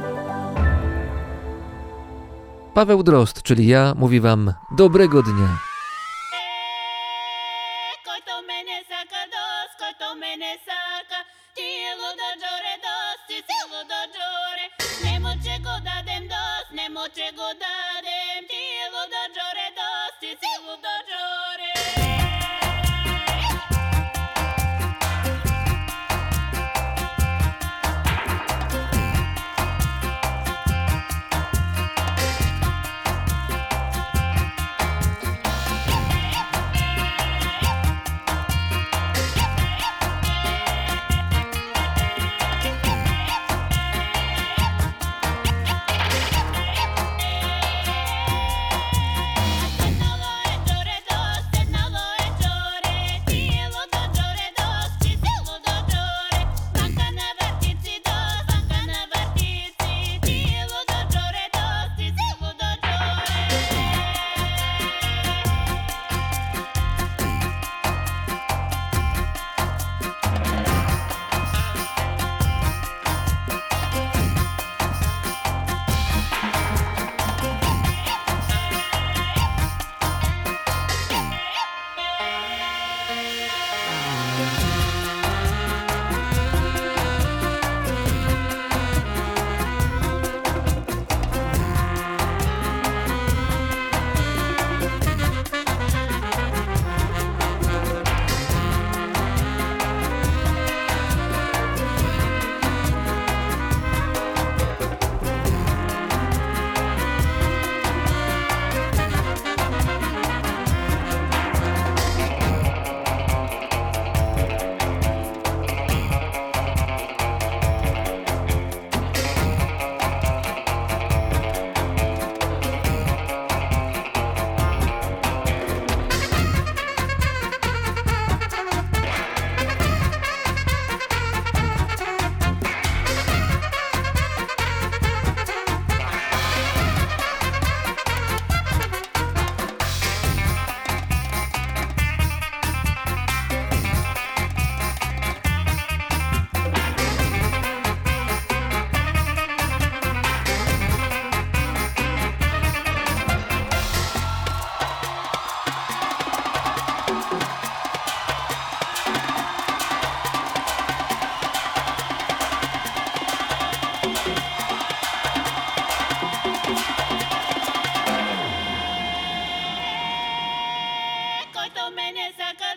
Paweł Drozd, czyli ja, mówi Wam dobrego dnia. Който мене сака дос, който мене сака, тіло до джоре дос, ти сило до джоре. Не моче го дадем дос, не моче го дадем, тіло до джоре дос, ти сило до джоре. Който мене сака